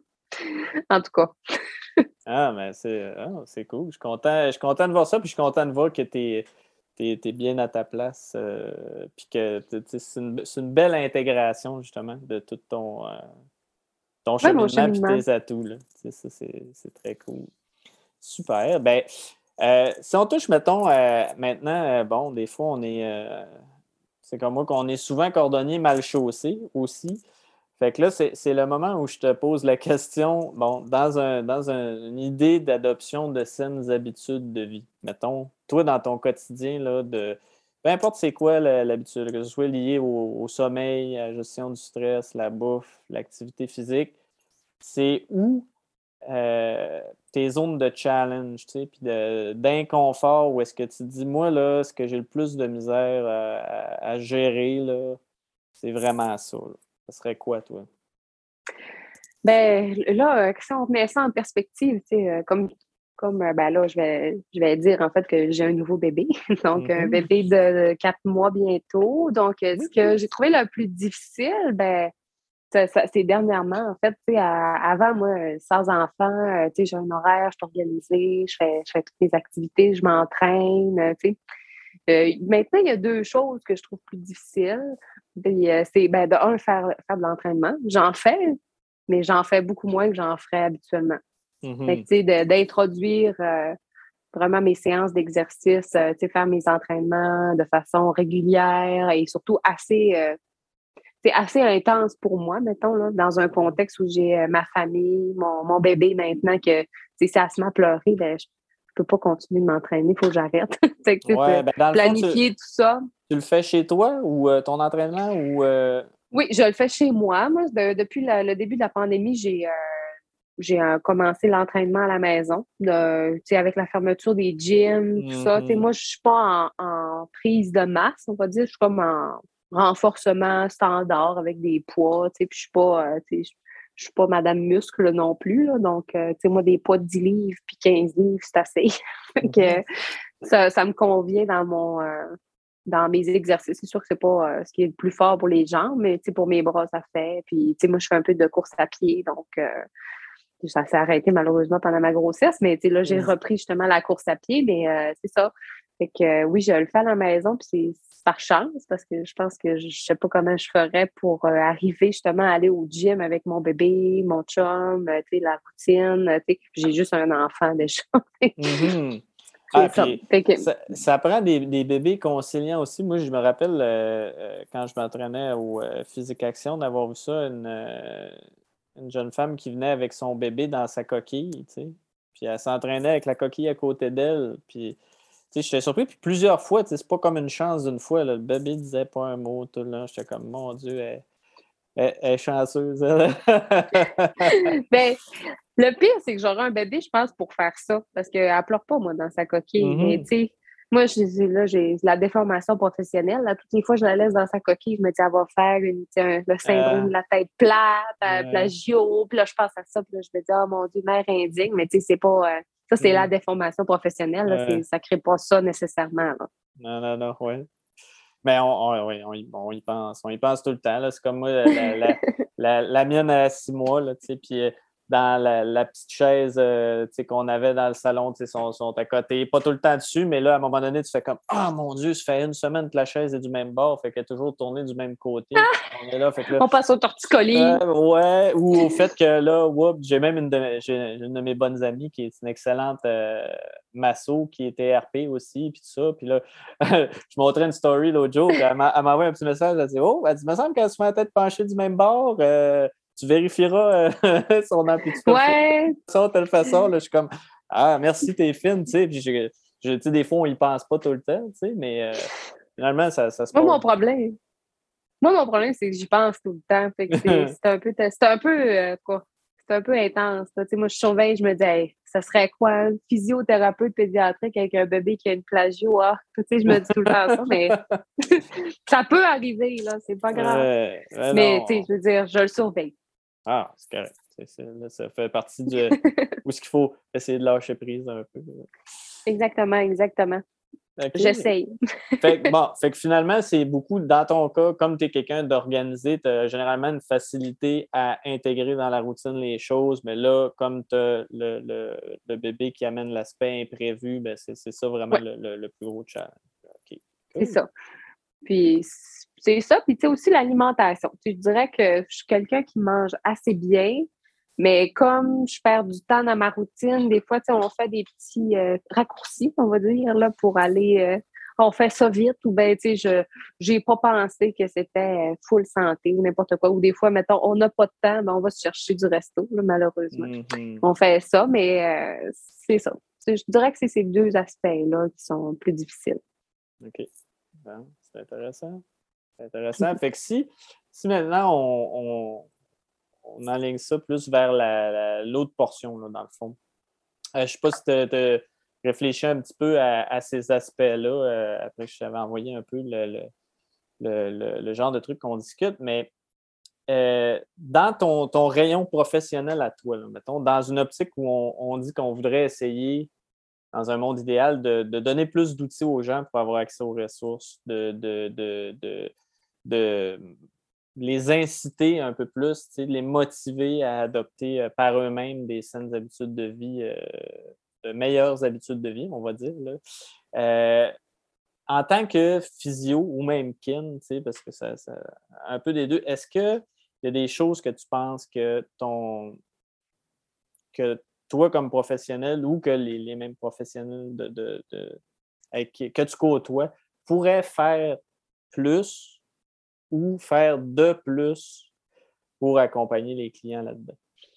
en tout cas. ah, mais c'est, oh, c'est cool. Je suis content, je suis content de voir ça, puis je suis content de voir que tu es... T'es, t'es bien à ta place, euh, puis que c'est une, c'est une belle intégration, justement, de tout ton, euh, ton cheminement et tes atouts. Là. Ça, c'est, c'est très cool. Super. Ben, euh, si on touche, mettons, euh, maintenant, euh, bon, des fois, on est, euh, c'est comme moi, qu'on est souvent cordonnier mal chaussé aussi. Fait que là, c'est, c'est le moment où je te pose la question, bon, dans, un, dans un, une idée d'adoption de saines habitudes de vie. Mettons, toi, dans ton quotidien, là, de peu importe c'est quoi l'habitude, que ce soit lié au, au sommeil, à la gestion du stress, la bouffe, l'activité physique, c'est où euh, tes zones de challenge, tu sais, puis de, d'inconfort, où est-ce que tu te dis, moi, là, ce que j'ai le plus de misère à, à, à gérer, là, c'est vraiment ça, là. Ce serait quoi, toi? Ben là, si on met ça en perspective, tu sais, comme, comme ben là, je vais, je vais dire en fait que j'ai un nouveau bébé, donc mm-hmm. un bébé de quatre mois bientôt. Donc, mm-hmm. ce que j'ai trouvé le plus difficile, ben, ça, ça, c'est dernièrement, en fait, tu sais, avant, moi, sans enfant, tu sais, j'ai un horaire, je suis organisée, je fais, je fais toutes mes activités, je m'entraîne, tu sais. Euh, maintenant, il y a deux choses que je trouve plus difficiles. Puis, euh, c'est, ben, de un, faire, faire de l'entraînement. J'en fais, mais j'en fais beaucoup moins que j'en ferais habituellement. Mm-hmm. Fait que, tu sais, de, d'introduire euh, vraiment mes séances d'exercice, euh, tu sais, faire mes entraînements de façon régulière et surtout assez, euh, c'est assez intense pour moi, mettons, là, dans un contexte où j'ai euh, ma famille, mon, mon bébé maintenant, que, tu sais, si elle se met à pleurer, ben, je peux pas continuer de m'entraîner, il faut que j'arrête. Fait que, ouais, ben dans planifier le fond, tu, tout ça. Tu le fais chez toi ou euh, ton entraînement ou euh... Oui, je le fais chez moi. Moi, de, depuis la, le début de la pandémie, j'ai, euh, j'ai euh, commencé l'entraînement à la maison. Tu sais, avec la fermeture des gyms, tout mm-hmm. ça. Tu sais, moi, je suis pas en, en prise de masse, on va dire. Je suis comme en renforcement standard avec des poids. Tu sais, puis je suis pas, euh, tu sais, je suis pas Madame Muscle non plus. Là, donc, euh, tu sais, moi, des poids de dix livres puis quinze livres, c'est assez. mm-hmm. que, ça, ça me convient dans mon... Euh, dans mes exercices. C'est sûr que c'est pas euh, ce qui est le plus fort pour les jambes, mais pour mes bras, ça fait. Puis, moi, je fais un peu de course à pied, donc euh, ça s'est arrêté malheureusement pendant ma grossesse, mais là, j'ai repris justement la course à pied, mais euh, c'est ça. Fait que euh, oui, je le fais à la maison, puis c'est, c'est par chance, parce que je pense que je, je sais pas comment je ferais pour euh, arriver justement à aller au gym avec mon bébé, mon chum, euh, tu sais, la routine, tu sais, j'ai juste un enfant déjà. mm-hmm. Ah, puis que... ça, ça prend des, des bébés conciliants aussi. Moi, je me rappelle euh, euh, quand je m'entraînais au euh, Physique Action d'avoir vu ça, une, euh, une jeune femme qui venait avec son bébé dans sa coquille, tu sais. Puis elle s'entraînait avec la coquille à côté d'elle. Puis, tu sais, j'étais surpris. Puis plusieurs fois, tu sais, c'est pas comme une chance d'une fois. Là, le bébé disait pas un mot tout le long. J'étais comme, mon Dieu, elle, elle, elle est chanceuse. Elle. Ben, le pire, c'est que j'aurais un bébé, je pense, pour faire ça. Parce qu'elle ne pleure pas, moi, dans sa coquille. Mm-hmm. Mais, tu sais, moi, je, là, j'ai la déformation professionnelle. Là, toutes les fois que je la laisse dans sa coquille, je me dis, elle va faire une, un, le syndrome euh, de la tête plate, euh, plagio. Puis là, je pense à ça. Puis là, je me dis, oh mon Dieu, mère indigne. Mais, tu sais, c'est pas. Euh, ça, c'est mm. la déformation professionnelle. Là, euh, ça ne crée pas ça nécessairement. Là. Non, non, non, oui. Mais on, on, on, on, on y pense. On y pense tout le temps. Là. C'est comme moi, la, la, la, la mienne à six mois, là, tu sais, puis dans la, la petite chaise euh, qu'on avait dans le salon, ils sont, sont à côté, pas tout le temps dessus, mais là, à un moment donné, tu fais comme « Ah, mon Dieu, ça fait une semaine que la chaise est du même bord, fait qu'elle est toujours tournée du même côté. Ah! » On est là, fait que là, on passe au torticolis. Euh, ouais, ou au fait que là, whoop, j'ai même une de, j'ai une de mes bonnes amies qui est une excellente euh, masso, qui était R P aussi, puis tout ça. Puis là, je montrais une story l'autre jour, puis elle m'a, elle m'a envoyé un petit message, elle dit « Oh, elle dit, il me semble qu'elle se fait la tête penchée du même bord. Euh, tu vérifieras euh, son amplitude. » Ouais. De façon, telle façon, là, je suis comme « Ah, merci, t'es fine. » Tu sais, puis je, je, tu sais, des fois, on y pense pas tout le temps, tu sais, mais euh, finalement, ça, ça se passe. Moi, mon problème, moi, mon problème, c'est que j'y pense tout le temps. Fait que c'est, c'est un peu, c'est un peu, euh, quoi, c'est un peu intense. Tu sais, moi, je surveille, je me dis, hey, ça serait quoi, un physiothérapeute pédiatrique avec un bébé qui a une plagio? Ah, tu sais, je me dis tout le temps ça, mais ça peut arriver, là, c'est pas grave. Euh, mais, mais tu sais, je veux dire, je le surveille. Ah, c'est correct. C'est, c'est, là, ça fait partie de où est-ce qu'il faut essayer de lâcher prise un peu. Exactement, exactement. Okay. J'essaye. fait, que, bon, fait que finalement, c'est beaucoup, dans ton cas, comme tu es quelqu'un d'organisé, tu as généralement une facilité à intégrer dans la routine les choses, mais là, comme tu as le, le, le bébé qui amène l'aspect imprévu, ben c'est, c'est ça vraiment ouais. le, le, le plus gros challenge. Okay. Cool. C'est ça. Puis c'est ça, puis tu sais aussi l'alimentation. Tu sais, je dirais que je suis quelqu'un qui mange assez bien, mais comme je perds du temps dans ma routine, des fois, tu sais, on fait des petits euh, raccourcis, on va dire, là, pour aller, euh, on fait ça vite, ou bien, tu sais, je j'ai pas pensé que c'était full santé ou n'importe quoi. Ou des fois, mettons, on n'a pas de temps, mais on va se chercher du resto, là, malheureusement. Mm-hmm. On fait ça, mais euh, c'est ça. Je dirais que c'est ces deux aspects-là qui sont plus difficiles. OK. Bon, c'est intéressant. C'est intéressant. Fait que si, si maintenant on, on on enligne ça plus vers la, la, l'autre portion, là, dans le fond. Euh, je ne sais pas si tu as réfléchi un petit peu à, à ces aspects-là, euh, après que je t'avais envoyé un peu le, le, le, le, le genre de trucs qu'on discute, mais euh, dans ton, ton rayon professionnel à toi, là, mettons, dans une optique où on, on dit qu'on voudrait essayer, dans un monde idéal, de, de donner plus d'outils aux gens pour avoir accès aux ressources, de, de, de, de, de les inciter un peu plus, de les motiver à adopter euh, par eux-mêmes des saines habitudes de vie, euh, de meilleures habitudes de vie, on va dire. Là. Euh, en tant que physio ou même kin, parce que ça, ça un peu des deux, est-ce qu'il y a des choses que tu penses que ton que toi comme professionnel ou que les, les mêmes professionnels de, de, de, avec, que tu côtoies pourraient faire plus ou faire de plus pour accompagner les clients là-dedans?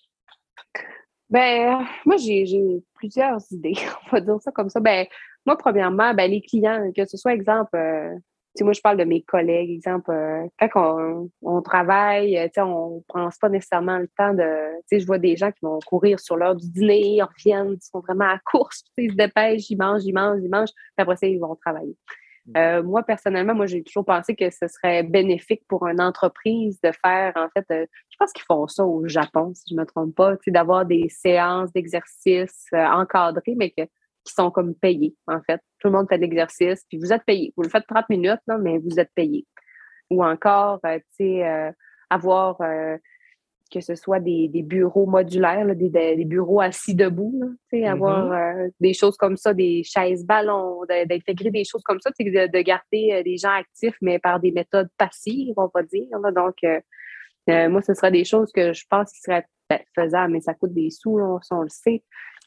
Ben, moi, j'ai, j'ai plusieurs idées, on va dire ça comme ça. Ben, moi, premièrement, ben, les clients, que ce soit, exemple, euh, tu sais, moi, je parle de mes collègues, exemple, euh, quand on, on travaille, tu sais, on ne prend pas nécessairement le temps de, tu sais, je vois des gens qui vont courir sur l'heure du dîner, ils reviennent, ils sont vraiment à la course, ils se dépêchent, ils mangent, ils mangent, ils mangent, puis après ça, ils vont travailler. Euh, moi, personnellement, moi, j'ai toujours pensé que ce serait bénéfique pour une entreprise de faire, en fait, euh, je pense qu'ils font ça au Japon, si je ne me trompe pas, d'avoir des séances d'exercice euh, encadrées, mais que, qui sont comme payées, en fait. Tout le monde fait de l'exercice, puis vous êtes payé. Vous le faites trente minutes, là, mais vous êtes payé. Ou encore, euh, tu sais, euh, avoir... Euh, que ce soit des, des bureaux modulaires, là, des, des bureaux assis debout, là, mm-hmm. avoir euh, des choses comme ça, des chaises ballons, de, d'intégrer des choses comme ça, de, de garder euh, des gens actifs, mais par des méthodes passives, on va dire. Là. Donc, euh, euh, moi, ce serait des choses que je pense qui seraient ben, faisables, mais ça coûte des sous, là, on, on le sait.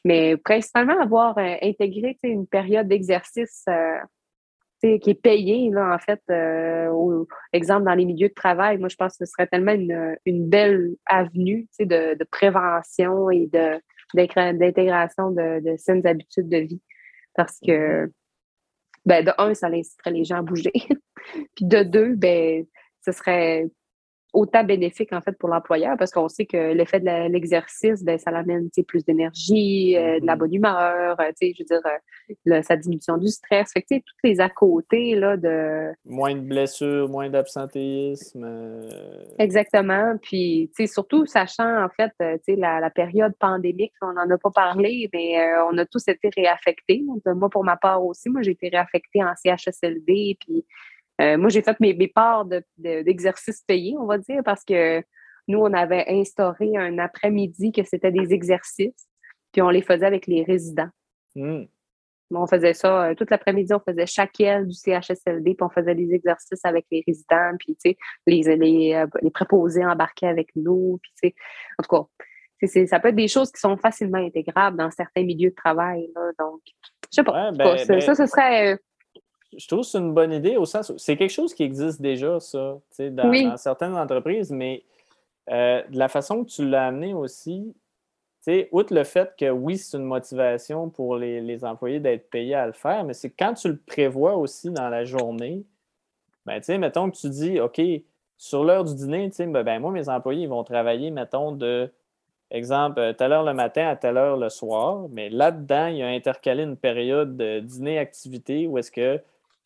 Mais principalement, avoir euh, intégré une période d'exercice euh, qui est payée, là, en fait, euh, au, exemple, dans les milieux de travail. Moi, je pense que ce serait tellement une, une belle avenue de, de prévention et de, d'intégration de, de saines habitudes de vie. Parce que, ben, de un, ça inciterait les gens à bouger. Puis de deux, ben, ce serait autant bénéfique, en fait, pour l'employeur, parce qu'on sait que l'effet de la, l'exercice, ben, ça l'amène, tu sais, plus d'énergie, euh, de la bonne humeur, euh, tu sais, je veux dire, euh, le- sa diminution du stress. Fait que, tu sais, tous les à côté, là, de... Moins de blessures, moins d'absentéisme. euh, Exactement. Puis, tu sais, surtout sachant, en fait, euh, tu sais, la, la période pandémique, on n'en a pas parlé, mais euh, on a tous été réaffectés. Donc, moi, pour ma part aussi, moi, j'ai été réaffectée en C H S L D, puis Euh, moi, j'ai fait mes, mes parts de, de, d'exercices payés, on va dire, parce que nous, on avait instauré un après-midi que c'était des exercices, puis on les faisait avec les résidents. hmm. On faisait ça euh, toute l'après-midi, on faisait chaque aile du C H S L D, puis on faisait des exercices avec les résidents, puis tu sais, les, les, euh, les préposés embarquaient avec nous, puis tu sais, en tout cas, c'est, c'est, ça peut être des choses qui sont facilement intégrables dans certains milieux de travail, là, donc, je sais pas, Ouais, en tout cas, ben, ça, ben, ça, ce serait... euh, je trouve que c'est une bonne idée au sens où c'est quelque chose qui existe déjà, ça, tu sais, dans, dans oui, certaines entreprises, mais euh, de la façon que tu l'as amené aussi, tu sais, outre le fait que oui, c'est une motivation pour les, les employés d'être payés à le faire, mais c'est quand tu le prévois aussi dans la journée, ben, tu sais, mettons que tu dis, OK, sur l'heure du dîner, tu sais, ben, ben, moi, mes employés, ils vont travailler, mettons, de, exemple, euh, telle heure le matin à telle heure le soir, mais là-dedans, il y a intercalé une période de dîner-activité où est-ce que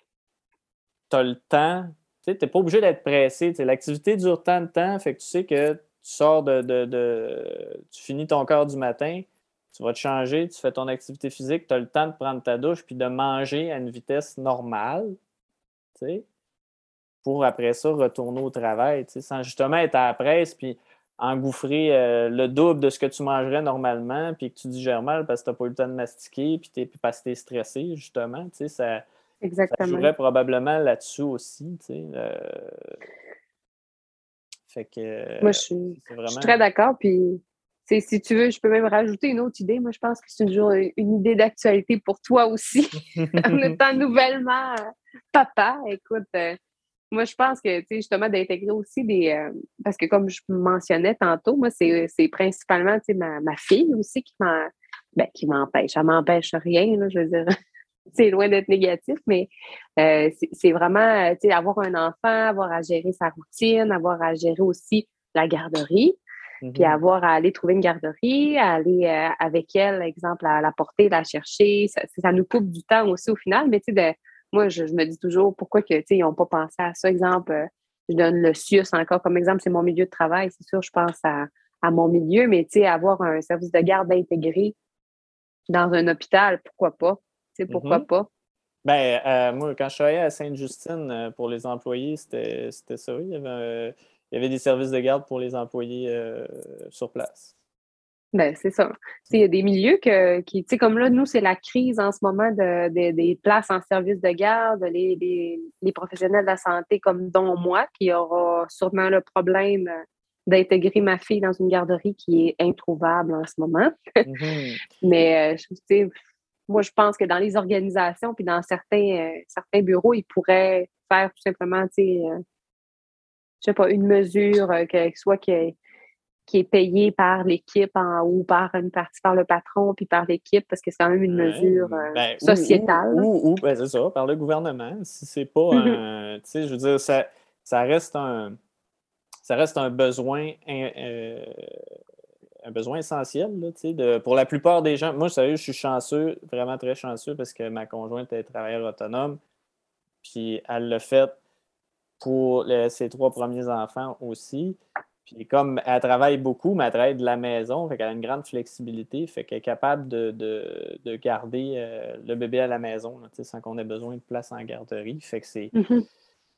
tu as le temps, tu sais, tu n'es pas obligé d'être pressé, tu sais, l'activité dure tant de temps, fait que tu sais que tu sors de, de, de- tu finis ton quart du matin, tu vas te changer, tu fais ton activité physique, tu as le temps de prendre ta douche puis de manger à une vitesse normale, tu sais, pour après ça retourner au travail, tu sais, sans justement être à la presse puis engouffrer euh, le double de ce que tu mangerais normalement puis que tu digères mal parce que tu n'as pas eu le temps de mastiquer puis, t'es, puis parce que tu es stressé, justement, tu sais, ça, ça exactement. jouerait probablement là-dessus aussi, tu sais. euh, fait que Moi, euh, je suis, c'est je suis vraiment. très d'accord. Puis, tu sais, si tu veux, je peux même rajouter une autre idée. Moi, je pense que c'est toujours une idée d'actualité pour toi aussi, en étant nouvellement euh, papa. Écoute, euh, moi, je pense que, tu sais, justement, d'intégrer aussi des... euh, parce que comme je mentionnais tantôt, moi, c'est, c'est principalement, tu sais, ma, ma fille aussi qui m'en, ben, qui m'empêche. Elle m'empêche rien, là, je veux dire. C'est loin d'être négatif, mais euh, c'est, c'est vraiment, euh, tu sais, avoir un enfant, avoir à gérer sa routine, avoir à gérer aussi la garderie, puis Mhm. avoir à aller trouver une garderie, à aller euh, avec elle, exemple, à la porter, la chercher. Ça, ça nous coupe du temps aussi au final, mais tu sais, de- moi, je, je me dis toujours pourquoi que, tu sais, ils n'ont pas pensé à ça. Exemple, euh, je donne le C I U S encore comme exemple, c'est mon milieu de travail, c'est sûr, je pense à, à mon milieu, mais tu sais, avoir un service de garde intégré dans un hôpital, pourquoi pas? Tu sais, pourquoi Mhm. pas? Ben, euh, moi, quand je travaillais à Sainte-Justine euh, pour les employés, c'était, c'était ça. Oui. Il y avait, euh, il y avait des services de garde pour les employés euh, sur place. Ben, c'est ça. Tu sais, il y a des milieux que, qui, tu sais, comme là, nous, c'est la crise en ce moment de, de- des places en service de garde, les, les, les professionnels de la santé comme dont moi, qui aura sûrement le problème euh, d'intégrer ma fille dans une garderie qui est introuvable en ce moment. Mhm. Mais, euh, je- tu sais, moi, je pense que dans les organisations puis dans certains, euh, certains bureaux, ils pourraient faire tout simplement, tu sais, euh, je sais pas, une mesure, euh, que soit que qui est payé par l'équipe en, ou par une partie par le patron puis par l'équipe parce que c'est quand même une Ouais, mesure euh, ben, ou, ou, sociétale. ou, ou, ben, c'est ça, par le gouvernement. Si c'est pas Mhm. un. Tu sais, je veux dire, ça, ça reste un. Ça reste un besoin, in- euh, un besoin essentiel, là, tu sais, de, pour la plupart des gens. Moi, sérieux, je suis chanceux, vraiment très chanceux, parce que ma conjointe est travailleuse autonome, puis elle l'a fait pour le- ses trois premiers enfants aussi. Puis comme elle travaille beaucoup, mais elle travaille de la maison, fait qu'elle a une grande flexibilité, fait qu'elle est capable de, de- de garder euh, le bébé à la maison, là, tu sais, sans qu'on ait besoin de place en garderie. Fait que c'est, Mhm.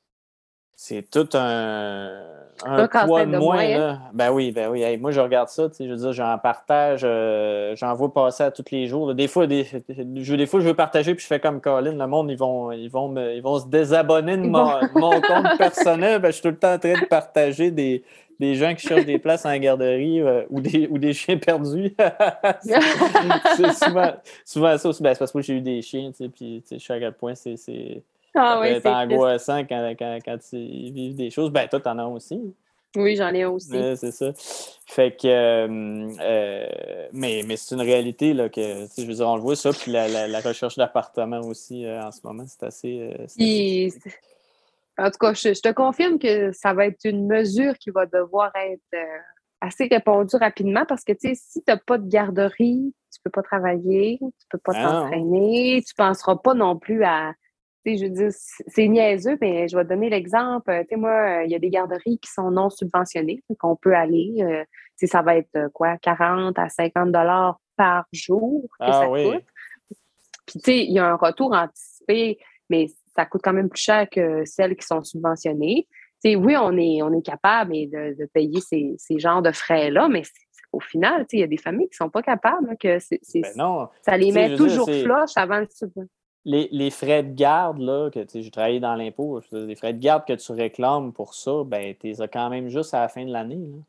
c'est tout un, un Un poids casse-tête de de moins, moins, hein? là. Ben oui, ben oui. Hey, moi, je regarde ça, tu sais, je veux dire, j'en partage, euh, j'en vois passer à tous les jours, là. Des fois, des, je, des fois, je veux partager, puis je fais comme Colin, le monde, ils vont, ils vont, me- ils vont se désabonner de Ils vont. mon, de mon compte personnel. Ben, je suis tout le temps en train de partager des, des gens qui cherchent des places en garderie euh, ou, des, ou des chiens perdus. c'est, c'est souvent, souvent ça aussi. Ben, c'est parce que j'ai eu des chiens, tu sais, puis je sais à quel point c'est, c'est, ça Ah peut oui, être c'est angoissant quand, quand, quand ils vivent des choses. Ben, toi, t'en as aussi. Oui, j'en ai un aussi. Ouais, c'est ça. Fait que, euh, euh, mais, mais c'est une réalité, là, que, je veux dire, on le voit, ça, puis la, la, la recherche d'appartements aussi, euh, en ce moment, c'est assez, euh, c'est assez Puis, en tout cas, je, je te confirme que ça va être une mesure qui va devoir être euh, assez répondue rapidement parce que, tu sais, si tu n'as pas de garderie, tu peux pas travailler, tu peux pas Ah non. t'entraîner, tu penseras pas non plus à, tu sais, je veux dire, c'est c'est niaiseux, mais je vais te donner l'exemple. Tu sais, moi, euh, il y a des garderies qui sont non subventionnées, qu'on peut aller. Euh, tu sais, ça va être euh, quoi, quarante à cinquante dollars par jour que Ah ça coûte. oui. Puis, tu sais, il y a un retour anticipé, mais ça coûte quand même plus cher que celles qui sont subventionnées. Tu sais, oui, on est, on est capable mais de, de payer ces, ces genres de frais-là, mais c'est- au final, tu sais, il y a des familles qui ne sont pas capables, là, que c'est, c'est- Ben non. ça Puis, les tu sais, met je veux dire, toujours c'est flush avant le subvention. les, les frais de garde, là, que, tu sais, j'ai travaillé dans l'impôt, je veux dire, les frais de garde que tu réclames pour ça, ben, tu les as quand même juste à la fin de l'année, là.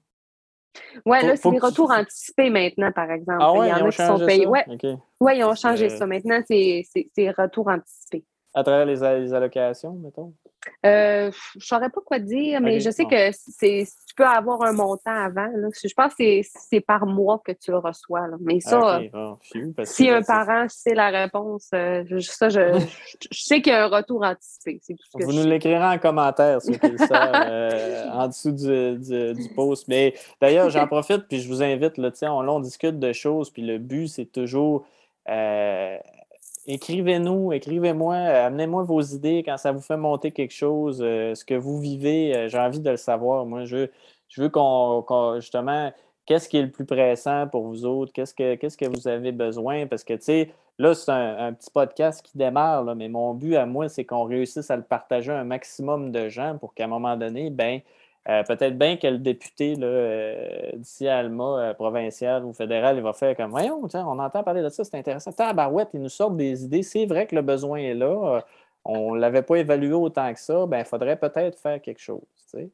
Ouais, Faut, là, c'est faut des que tu... retours anticipés maintenant, par exemple. Ah Il y ouais, ils en ont a qui sont changé payés. ça? Ouais, OK. ouais, ils ont Parce changé que, ça. Maintenant, c'est, c'est, c'est retour anticipé. à travers les, a- les allocations, mettons. Euh, je ne saurais pas quoi dire, mais je OK, sais bon. que c'est, tu peux avoir un montant avant. Là. Je pense que c'est, c'est par mois que tu le reçois. Là. Mais ça, OK, bon, phew, parce que si là, un c'est... parent sait la réponse, euh, je- ça, je, je, je sais qu'il y a un retour anticipé. C'est tout ce que Vous je nous sais. l'écrirez en commentaire, ceux qui le savent, euh, en dessous du, du, du post. Mais d'ailleurs, j'en profite, puis je vous invite, là, tiens, on, là, on discute de choses, puis le but, c'est toujours euh, écrivez-nous, écrivez-moi, euh, amenez-moi vos idées quand ça vous fait monter quelque chose, euh, ce que vous vivez, euh, j'ai envie de le savoir. Moi, je veux, je veux qu'on, qu'on, justement, qu'est-ce qui est le plus pressant pour vous autres? Qu'est-ce que, qu'est-ce que vous avez besoin? Parce que, tu sais, là, c'est un, un petit podcast qui démarre, là, mais mon but à moi, c'est qu'on réussisse à le partager à un maximum de gens pour qu'à un moment donné, ben, euh, peut-être bien que le député là, euh, d'ici à Alma, euh, provincial ou fédéral, il va faire comme voyons, tiens, on entend parler de ça, c'est intéressant. Tabarouette, ils nous sortent des idées. C'est vrai que le besoin est là. Euh, on ne l'avait pas évalué autant que ça. Ben, il faudrait peut-être faire quelque chose. Tu sais.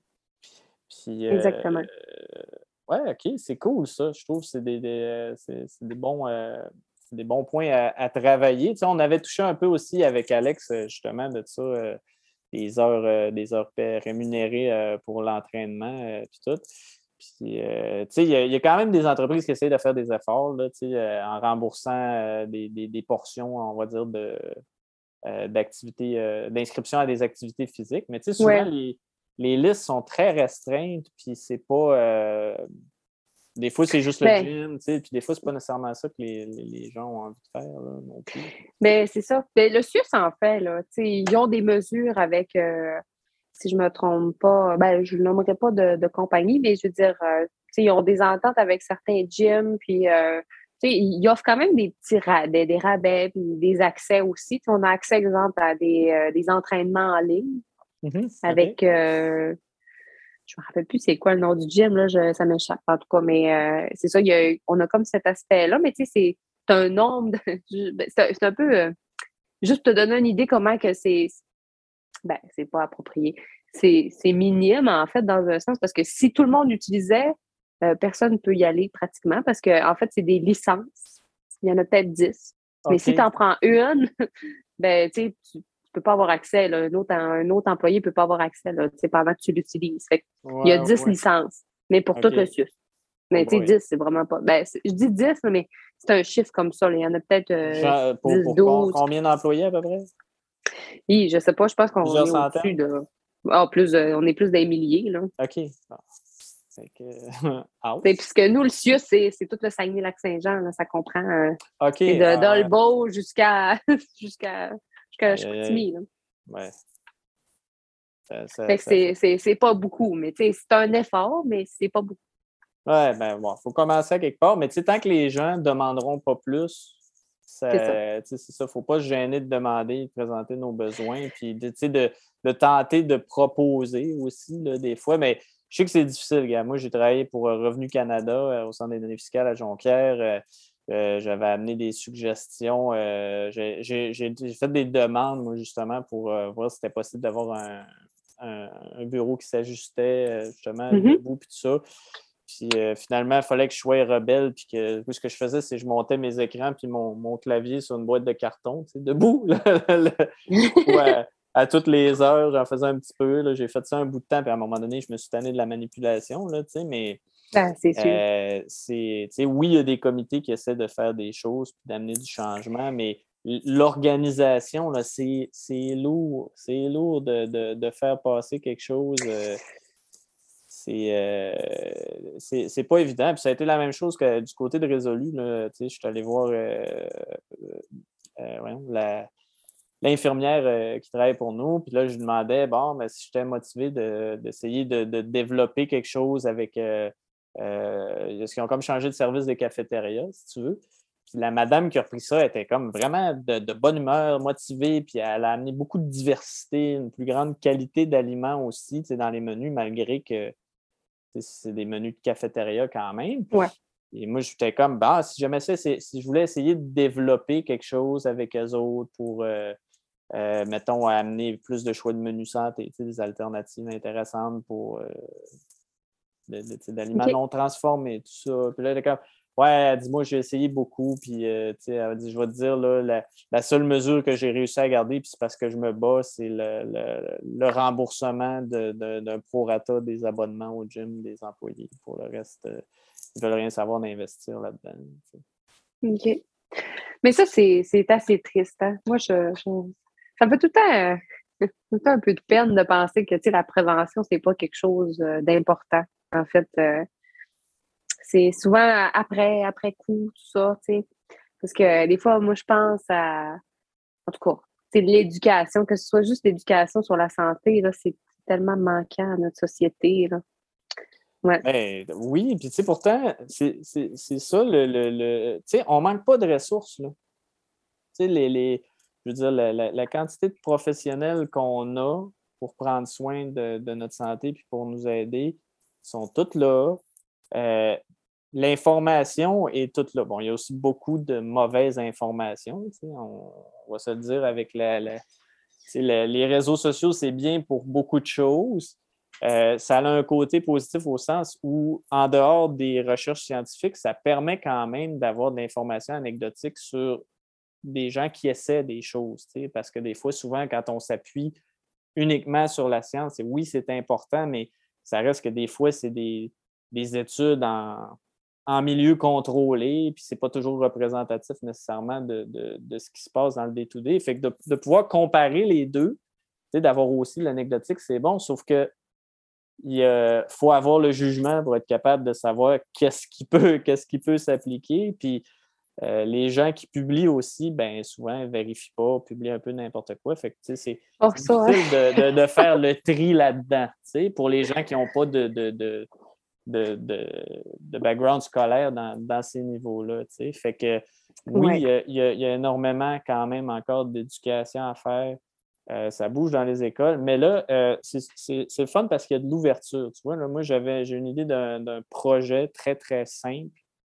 Puis, euh, Exactement. ouais, OK, c'est cool ça. Je trouve que c'est des, des, euh, c'est, c'est des bons. Euh, c'est des bons points à, à travailler. Tu sais, on avait touché un peu aussi avec Alex, euh, justement, de ça, euh, des heures, euh, des heures pa- rémunérées euh, pour l'entraînement, euh, puis tout. Puis, euh, tu sais, il y, a- il y a quand même des entreprises qui essayent de faire des efforts, là, tu sais, euh, en remboursant euh, des, des- des portions, on va dire, de, euh, d'activités, euh, d'inscription à des activités physiques. Mais tu sais, souvent, Ouais. les, les listes sont très restreintes, puis c'est pas... euh, des fois, c'est juste le Ben, gym, tu sais, puis des fois, c'est pas nécessairement ça que les, les- les gens ont envie de faire, là, non plus. ben c'est ça. Ben, le C I U S en fait, là, tu sais, ils ont des mesures avec, euh, si je me trompe pas, ben, je ne nommerai pas de, de compagnie, mais je veux dire, euh, tu sais, ils ont des ententes avec certains gyms, puis euh, tu sais, ils offrent quand même des petits ra- des, des rabais, puis des accès aussi. Tu sais, on a accès, exemple, à des, euh, des entraînements en ligne Mhm, OK. avec, euh, je me rappelle plus c'est quoi le nom du gym, là, je- ça m'échappe en tout cas, mais euh, c'est ça, il y a, on a comme cet aspect-là, mais tu sais, c'est c'est un nombre, de, je- ben, c'est un c'est un peu, euh, juste pour te donner une idée comment que c'est, ben, c'est pas approprié, c'est c'est minime en fait dans un sens, parce que si tout le monde utilisait, euh, personne ne peut y aller pratiquement, parce que en fait, c'est des licences, il y en a peut-être dix, mais si tu OK. en prends une, ben, tu sais, tu tu peux pas avoir accès, là. Un autre, un autre employé peut pas avoir accès, là, tu sais, pendant que tu l'utilises. Fait que il y a Ouais, dix ouais. licences, mais pour tout le OK. C I U S. Oh Mais tu sais, boy. dix, c'est vraiment pas. Ben, c'est- je dis dix, là, mais c'est un chiffre comme ça, là. Il y en a peut-être euh, Genre, pour, dix, pour com- douze. combien d'employés à peu près? Oui, je sais pas, je pense qu'on Plusieurs est au-dessus centaines? de. Ah, plus, euh, on est plus des milliers, là. OK. Bon. Fait que... Tu sais, Ouch. puisque nous, le C I U S, c'est c'est tout le Saguenay-Lac-Saint-Jean, là. Ça comprend euh, c'est OK. de Ah ouais. Dolbeau jusqu'à jusqu'à jusqu'à Aïe, aïe, aïe. Chicoutimi, là. Ouais. Ça, ça, Fait que ça c'est fait. c'est- c'est pas beaucoup, mais tu sais, c'est un effort, mais c'est pas beaucoup. Ouais, ben bon, il faut commencer à quelque part. Mais tu sais, tant que les gens ne demanderont pas plus, C'est ça. ça, tu sais, c'est ça. Il ne faut pas se gêner de demander, de présenter nos besoins, puis de, tu sais, de, de tenter de proposer aussi, là, des fois. Mais je sais que c'est difficile, gars. Moi, j'ai travaillé pour euh, Revenu Canada euh, au Centre des données fiscales à Jonquière. Euh, euh, j'avais amené des suggestions. Euh, j'ai, j'ai- j'ai- j'ai fait des demandes, moi, justement, pour euh, voir si c'était possible d'avoir un un, un bureau qui s'ajustait, justement, Mm-hmm. debout, puis tout ça. Puis euh, finalement, il fallait que je sois rebelle, puis que ce que je faisais, c'est que je montais mes écrans puis mon, mon clavier sur une boîte de carton, tu sais, debout, là, ou à, à toutes les heures, j'en faisais un petit peu, là, j'ai fait ça un bout de temps, puis à un moment donné, je me suis tanné de la manipulation, là, tu sais, mais Ah, c'est sûr. euh, c'est, tu sais, oui, il y a des comités qui essaient de faire des choses puis d'amener du changement, mais l'organisation, là, c'est, c'est lourd, c'est lourd de, de, de faire passer quelque chose... Euh, C'est, euh, c'est, c'est pas évident. Puis ça a été la même chose que du côté de Résolu. Là, je suis allé voir euh, euh, ouais, la, l'infirmière euh, qui travaille pour nous. Puis là, je lui demandais, bon, ben, si j'étais motivé de, d'essayer de, de développer quelque chose avec... Euh, euh, parce qu'ils ont comme changé de service de cafétéria, si tu veux. Puis la madame qui a repris ça était comme vraiment de, de bonne humeur, motivée, puis elle a amené beaucoup de diversité, une plus grande qualité d'aliments aussi dans les menus, malgré que c'est des menus de cafétéria quand même. Ouais. Et moi, j'étais comme, bah, si jamais ça, si je voulais essayer de développer quelque chose avec eux autres pour, euh, euh, mettons, amener plus de choix de menus santé, des alternatives intéressantes pour euh, de, de, d'aliments okay. non transformés, tout ça. Puis là, elle était comme, ouais, dis-moi, j'ai essayé beaucoup, puis euh, elle a dit, je vais te dire, là, la, la seule mesure que j'ai réussi à garder, puis c'est parce que je me bats, c'est le, le, le remboursement de, de, d'un prorata des abonnements au gym des employés. Pour le reste, euh, ils ne veulent rien savoir d'investir là-dedans. T'sais. OK. Mais ça, c'est, c'est assez triste. Hein? Moi, je, je, ça me fait tout le temps, euh, tout le temps un peu de peine de penser que la prévention, c'est pas quelque chose euh, d'important. En fait, euh, c'est souvent après, après coup, tout ça, tu sais. Parce que des fois, moi, je pense à, en tout cas, c'est l'éducation, que ce soit juste l'éducation sur la santé, là, c'est tellement manquant à notre société, là. Ouais. Ben, oui, puis tu sais, pourtant, c'est, c'est, c'est ça, le, le, le tu sais, on manque pas de ressources, là. Tu sais, les, les, je veux dire, la, la, la quantité de professionnels qu'on a pour prendre soin de, de notre santé puis pour nous aider sont toutes là. Euh, l'information est toute là. Bon, il y a aussi beaucoup de mauvaises informations, tu sais, on, on va se le dire avec la, la, tu sais, la, les réseaux sociaux, c'est bien pour beaucoup de choses. Euh, ça a un côté positif au sens où, en dehors des recherches scientifiques, ça permet quand même d'avoir de l'information anecdotique sur des gens qui essaient des choses, tu sais, parce que des fois, souvent, quand on s'appuie uniquement sur la science, et oui, c'est important, mais ça reste que des fois, c'est des, des études en, en milieu contrôlé, puis c'est pas toujours représentatif nécessairement de, de, de ce qui se passe dans le day-to-day. Fait que de, de pouvoir comparer les deux, tu sais, d'avoir aussi l'anecdotique, c'est bon, sauf que il euh, faut avoir le jugement pour être capable de savoir qu'est-ce qui peut, qu'est-ce qui peut s'appliquer, puis Euh, les gens qui publient aussi, ben souvent, ne vérifient pas, publient un peu n'importe quoi. Fait que, c'est, c'est oh, difficile ça, hein? de, de, de faire le tri là-dedans, pour les gens qui n'ont pas de, de, de, de, de, de background scolaire dans, dans ces niveaux-là. T'sais. Fait que oui, ouais. il, y a, il, y a, il y a énormément quand même encore d'éducation à faire. Euh, ça bouge dans les écoles. Mais là, euh, c'est, c'est, c'est le fun parce qu'il y a de l'ouverture. Tu vois, là, moi, j'avais, j'ai une idée d'un, d'un projet très, très simple.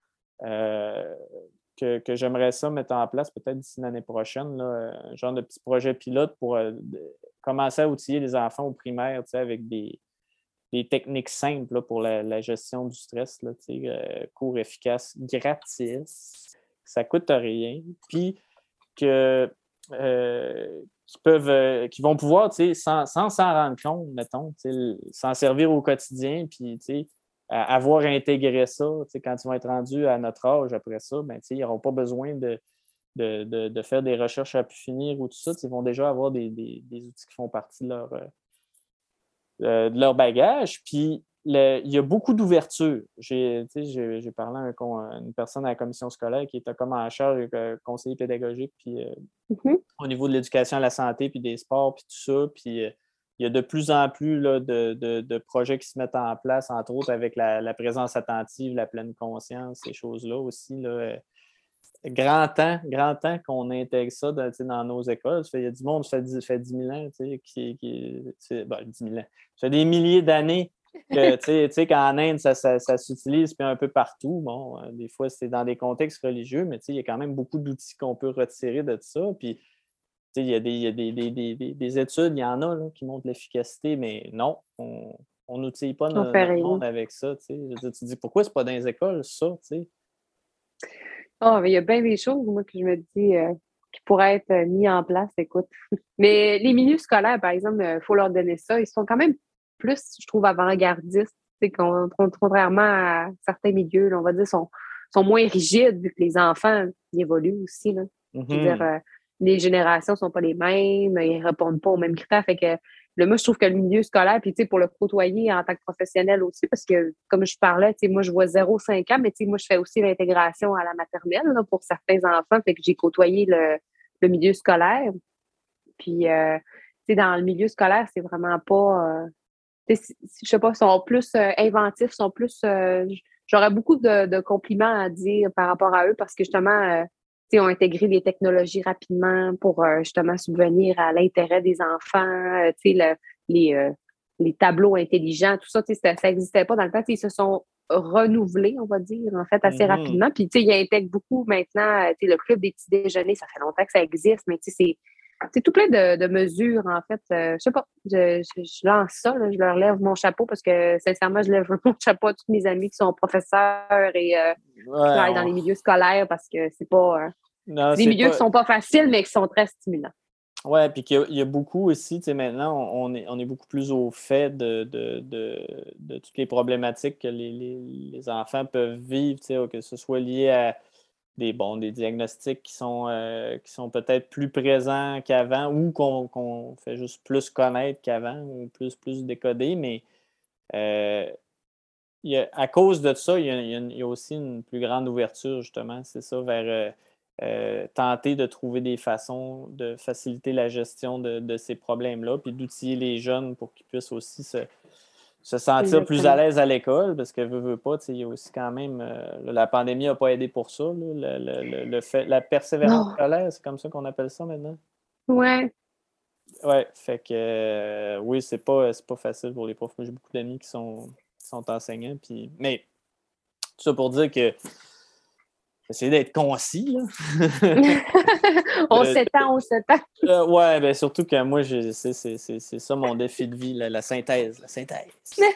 Euh, Que, que j'aimerais ça mettre en place peut-être d'ici l'année prochaine, là, un genre de petit projet pilote pour euh, commencer à outiller les enfants au primaire avec des, des techniques simples là, pour la, la gestion du stress, là, euh, cours efficaces, gratis, ça ne coûte rien, puis que euh, qui peuvent, euh, qui vont pouvoir, sans, sans s'en rendre compte, mettons, s'en servir au quotidien, puis à avoir intégré ça, quand ils vont être rendus à notre âge après ça, ben, ils n'auront pas besoin de, de, de, de faire des recherches à pu finir ou tout ça. Ils vont déjà avoir des, des, des outils qui font partie de leur, euh, de leur bagage. Puis, le, il y a beaucoup d'ouverture. J'ai, j'ai, j'ai parlé à un, une personne à la commission scolaire qui était comme en charge euh, conseiller pédagogique puis, euh, mm-hmm. au niveau de l'éducation à la santé puis des sports puis tout ça. Puis, euh, il y a de plus en plus là, de, de, de projets qui se mettent en place, entre autres avec la, la présence attentive, la pleine conscience, ces choses-là aussi. Là. Grand temps, grand temps qu'on intègre ça dans, dans nos écoles. Il y a du monde qui fait dix, fait dix mille ans, qui, qui ben, dix mille ans. Ça fait des milliers d'années que, qu'en Inde, ça, ça, ça s'utilise puis un peu partout. Bon, des fois, c'est dans des contextes religieux, mais il y a quand même beaucoup d'outils qu'on peut retirer de ça. Puis, il y a, des, y a des, des, des, des études, il y en a là, qui montrent l'efficacité, mais non, on on n'outille pas On no, fait notre rien. monde avec ça. Je veux dire, tu dis, pourquoi c'est pas dans les écoles, ça? T'sais? Oh, mais il y a bien des choses, moi, que je me dis euh, qui pourraient être euh, mis en place, écoute. Mais les milieux scolaires, par exemple, il faut leur donner ça. Ils sont quand même plus, je trouve, avant-gardistes, tu sais, con- con- contrairement à certains milieux, là, on va dire, sont, sont moins rigides vu que les enfants ils évoluent aussi. Là. Je veux dire, Mhm. euh, les générations ne sont pas les mêmes, ils ne répondent pas aux mêmes critères. Fait que le, moi, je trouve que le milieu scolaire, puis tu sais, pour le côtoyer en tant que professionnel aussi, parce que comme je parlais, tu sais, moi, je vois zéro cinq ans, mais tu sais, moi, je fais aussi l'intégration à la maternelle là, pour certains enfants. Fait que j'ai côtoyé le, le milieu scolaire. Puis, euh, tu sais, dans le milieu scolaire, c'est vraiment pas. Euh, tu sais, je sais pas, ils sont plus euh, inventifs, sont plus. Euh, j'aurais beaucoup de, de compliments à dire par rapport à eux parce que justement, euh, tu sais, ont intégré les technologies rapidement pour euh, justement subvenir à l'intérêt des enfants. Euh, tu sais, le- les, euh, les tableaux intelligents, tout ça, tu sais, ça n'existait pas dans le temps. Tu sais, ils se sont renouvelés, on va dire, en fait, assez Mhm. rapidement. Puis, tu sais, ils intègrent beaucoup maintenant, euh, tu sais, le club des petits déjeuners, ça fait longtemps que ça existe, mais tu sais, c'est c'est tout plein de, de mesures, en fait. Euh, je sais pas, je, je, je lance ça, là, je leur lève mon chapeau parce que, sincèrement, je lève mon chapeau à tous mes amis qui sont professeurs et euh, qui Ouais, travaillent dans on- les milieux scolaires parce que c'est pas... euh, non, c'est des c'est milieux qui pas. sont pas faciles, mais qui sont très stimulants. Ouais, puis qu'il y a, il y a beaucoup aussi, tu sais, maintenant, on, on est, on est beaucoup plus au fait de, de, de, de toutes les problématiques que les, les, les enfants peuvent vivre, tu sais, que ce soit lié à des, bon, des diagnostics qui sont, euh, qui sont peut-être plus présents qu'avant ou qu'on qu'on fait juste plus connaître qu'avant ou plus, plus décoder, mais euh, il y a- à cause de ça, il y a, il y a une- il y a aussi une plus grande ouverture, justement, c'est ça, vers euh, euh, tenter de trouver des façons de faciliter la gestion de, de ces problèmes-là, puis d'outiller les jeunes pour qu'ils puissent aussi se, se sentir plus à Exactement. l'aise à l'école, parce que veut, veut pas, tu sais, il y a aussi quand même, euh, la pandémie n'a pas aidé pour ça, là, le, le- le- le fait, la persévérance Non. scolaire, c'est comme ça qu'on appelle ça maintenant. Ouais. Ouais, fait que euh, oui, c'est pas, c'est pas facile pour les profs. Moi, j'ai beaucoup d'amis qui sont, qui sont enseignants, puis mais tout ça pour dire que essayer d'être concis, là. On De- s'étend, on s'étend. euh, ouais, ben surtout que moi, j'ai- c'est c'est- c'est- c'est ça mon défi de vie, la, la synthèse. La synthèse.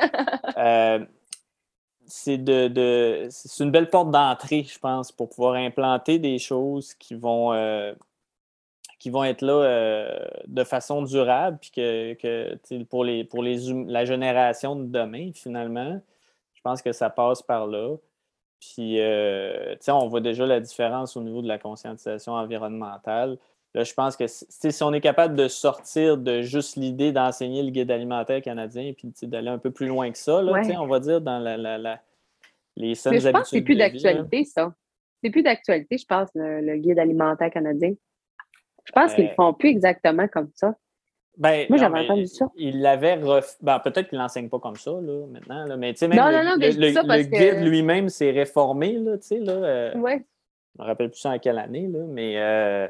Euh, c'est de, de- c'est une belle porte d'entrée, je pense, pour pouvoir implanter des choses qui vont, euh, qui vont être là euh, de façon durable, puis que, que tu sais, pour, les, pour les, hum- la génération de demain, finalement, je pense que ça passe par là. Puis, euh, tu sais, on voit déjà la différence au niveau de la conscientisation environnementale. Là, je pense que si, tu sais, si on est capable de sortir de juste l'idée d'enseigner le guide alimentaire canadien, puis tu sais, d'aller un peu plus loin que ça, là, tu sais, Ouais. on va dire dans la, la- la- les Mais saines je pense que c'est habitudes plus de vie, là. d'actualité, ça. C'est plus d'actualité, je pense, le, le guide alimentaire canadien. Je pense qu'ils le Euh, font plus exactement comme ça. ben, Moi, non, j'avais mais entendu ça. il l'avait ref... ben, peut-être qu'il ne l'enseigne pas comme ça, là, maintenant, là, mais tu sais, même Non, le, non, non, mais le- je dis le- ça le parce guide que, lui-même s'est réformé, là, tu sais, là. Euh, ouais, je me rappelle plus en quelle année, là, mais euh,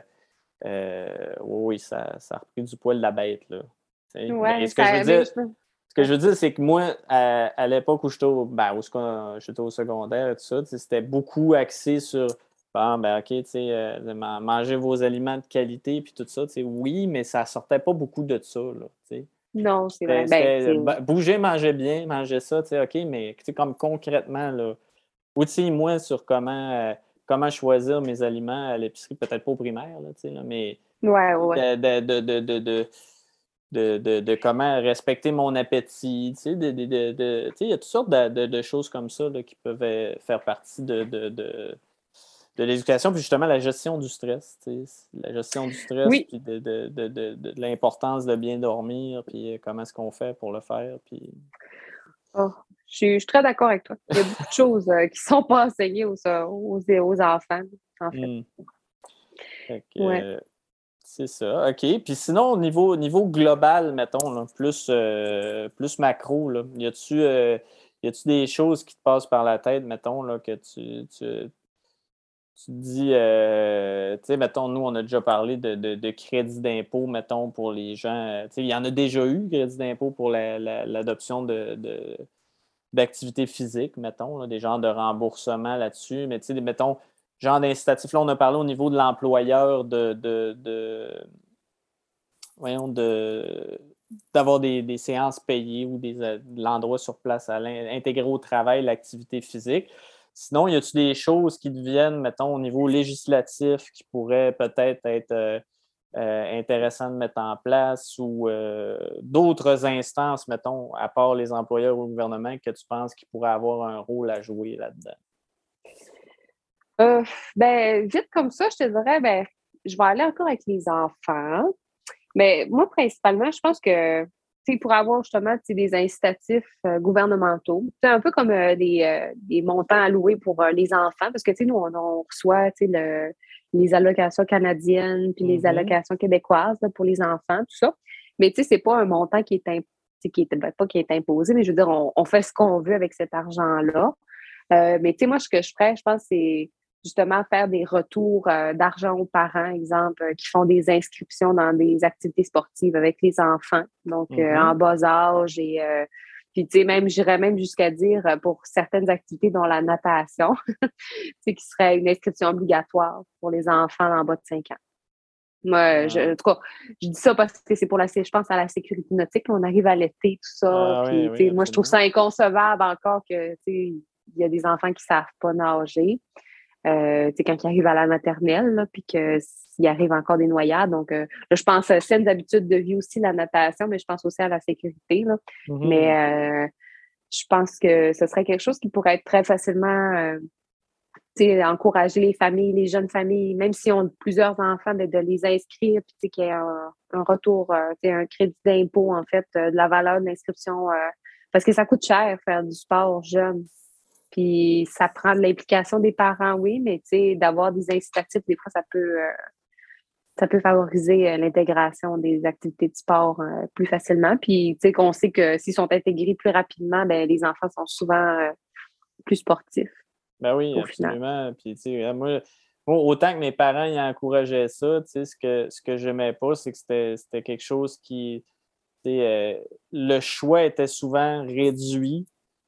euh, oui, oui, ça, ça a repris du poil de la bête, là. Tu sais. Mais ouais, ce que je veux ça, mais dire, je, ce que je veux dire, c'est que moi, à, à l'époque où j'étais au, ben, où j'étais au secondaire et tout ça, tu sais, c'était beaucoup axé sur bon, ben, OK, tu sais, euh, man- manger vos aliments de qualité puis tout ça, tu sais, oui, mais ça sortait pas beaucoup de ça, là, tu sais. non, c'est vrai. C'était, Ben, c'était, c'est, ben, bouger, manger bien, manger ça, tu sais, OK, mais tu sais, comme concrètement, là, outille-moi sur comment, euh, comment choisir mes aliments à l'épicerie, peut-être pas au primaire, là, tu sais, là, mais ouais, ouais, ouais. de, de, de, de, de, de, de, de- de comment respecter mon appétit. Tu sais, de- de- de- de- tu sais, il y a toutes sortes de, de- de choses comme ça là, qui peuvent euh, faire partie de, de, de, de l'éducation. Puis justement, la gestion du stress. Tu sais, la gestion du stress, Oui. puis de, de, de, de, de l'importance de bien dormir, puis euh, comment est-ce qu'on fait pour le faire. Puis... Oh, je suis, je suis très d'accord avec toi. Il y a beaucoup de choses euh, qui sont pas enseignées aux, aux, aux enfants, en fait. Hmm. Fait que, Ouais. euh, c'est ça. OK. Puis sinon, au niveau, niveau global, mettons, là, plus, euh, plus macro, là, y a-tu euh, y a-tu des choses qui te passent par la tête, mettons, là, que tu, tu, tu te dis, euh, tu sais, mettons, nous, on a déjà parlé de, de, de crédit d'impôt, mettons, pour les gens. euh, Tu sais, il y en a déjà eu, crédit d'impôt pour la- la- l'adoption de, de- d'activités physiques, mettons, là, des genres de remboursement là-dessus. Mais tu sais, mettons, genre d'incitatif. Là, on a parlé au niveau de l'employeur de, de, de, voyons, de, d'avoir des, des séances payées ou des, de l'endroit sur place, à intégrer au travail l'activité physique. Sinon, y a-t-il des choses qui deviennent, mettons, au niveau législatif, qui pourraient peut-être être euh, euh, intéressantes de mettre en place ou euh, d'autres instances, mettons, à part les employeurs ou le gouvernement, que tu penses qu'ils pourraient avoir un rôle à jouer là-dedans? Euh, ben, vite comme ça, je te dirais, ben, je vais aller encore avec les enfants. Mais moi, principalement, je pense que tu sais, pour avoir justement tu sais, des incitatifs euh, gouvernementaux, c'est un peu comme euh, des, euh, des montants alloués pour euh, les enfants, parce que tu sais, nous, on, on reçoit tu sais, le, les allocations canadiennes puis les Mm-hmm. allocations québécoises là, pour les enfants, tout ça. Mais tu sais, c'est pas un montant qui est, imp- tu sais, qui est ben, pas qui est imposé, mais je veux dire, on, on fait ce qu'on veut avec cet argent-là. Euh, mais tu sais, moi, ce que je ferais, je pense, c'est justement faire des retours euh, d'argent aux parents, exemple, euh, qui font des inscriptions dans des activités sportives avec les enfants, donc euh, en Mm-hmm. bas âge et euh, puis tu sais même j'irais même jusqu'à dire euh, pour certaines activités dont la natation, c'est qui serait une inscription obligatoire pour les enfants en bas de cinq ans. Moi, je, Ah, en tout cas, je dis ça parce que c'est pour la, je pense à la sécurité nautique. On arrive à l'été, tout ça. ah oui, Puis, oui, tu sais, moi, je trouve absolument. ça inconcevable encore que, tu sais, il y a des enfants qui savent pas nager. Euh, tu sais, quand ils arrivent à la maternelle, là, puis qu'il arrive encore des noyades. Donc, euh, là, je pense à saines habitudes de vie aussi, la natation, mais je pense aussi à la sécurité, là. Mm-hmm. Mais euh, je pense que ce serait quelque chose qui pourrait être très facilement, euh, tu sais, encourager les familles, les jeunes familles, même s'ils ont plusieurs enfants, de, de les inscrire, puis tu sais, qu'il y ait un, un retour, euh, tu sais, un crédit d'impôt, en fait, euh, de la valeur de l'inscription, euh, parce que ça coûte cher faire du sport jeune. Puis ça prend de l'implication des parents, oui, mais tu sais, d'avoir des incitatifs, des fois, ça peut, euh, ça peut favoriser euh, l'intégration des activités de sport euh, plus facilement. Puis, tu sais, qu'on sait que s'ils sont intégrés plus rapidement, ben les enfants sont souvent euh, plus sportifs Ben oui, au final. absolument. Puis, tu sais, moi, moi, autant que mes parents y encourageaient ça, tu sais, ce que, ce que j'aimais pas, c'est que c'était, c'était quelque chose qui, tu sais, euh, le choix était souvent réduit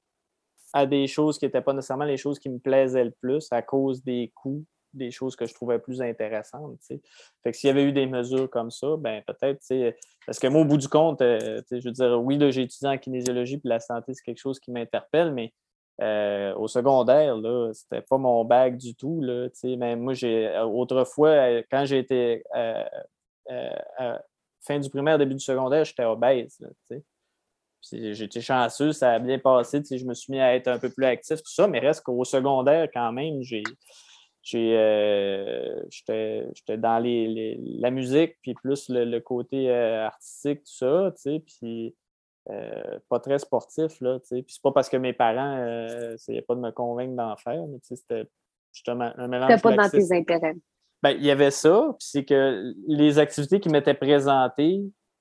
à des choses qui n'étaient pas nécessairement les choses qui me plaisaient le plus à cause des coûts, des choses que je trouvais plus intéressantes, tu sais. Fait que s'il y avait eu des mesures comme ça, ben peut-être, tu sais, parce que moi, au bout du compte, euh, tu sais, je veux dire, oui, là, j'ai étudié en kinésiologie, puis la santé, c'est quelque chose qui m'interpelle, mais euh, au secondaire, là, c'était pas mon bac du tout, là, tu sais. Mais moi, j'ai, euh, autrefois, euh, quand j'ai été euh, euh, euh, fin du primaire, début du secondaire, j'étais obèse, là, tu sais. J'ai été chanceux, ça a bien passé. Je me suis mis à être un peu plus actif, tout ça, mais reste qu'au secondaire, quand même, j'ai, j'ai, euh, j'étais, j'étais dans les, les- la musique, puis plus le, le côté euh, artistique, tout ça, puis euh, pas très sportif, là, puis c'est pas parce que mes parents euh, essayaient pas de me convaincre d'en faire, mais c'était justement un C'était mélange pas dans laxiste. tes intérêts. Ben, il y avait ça, puis c'est que les activités qui m'étaient présentées,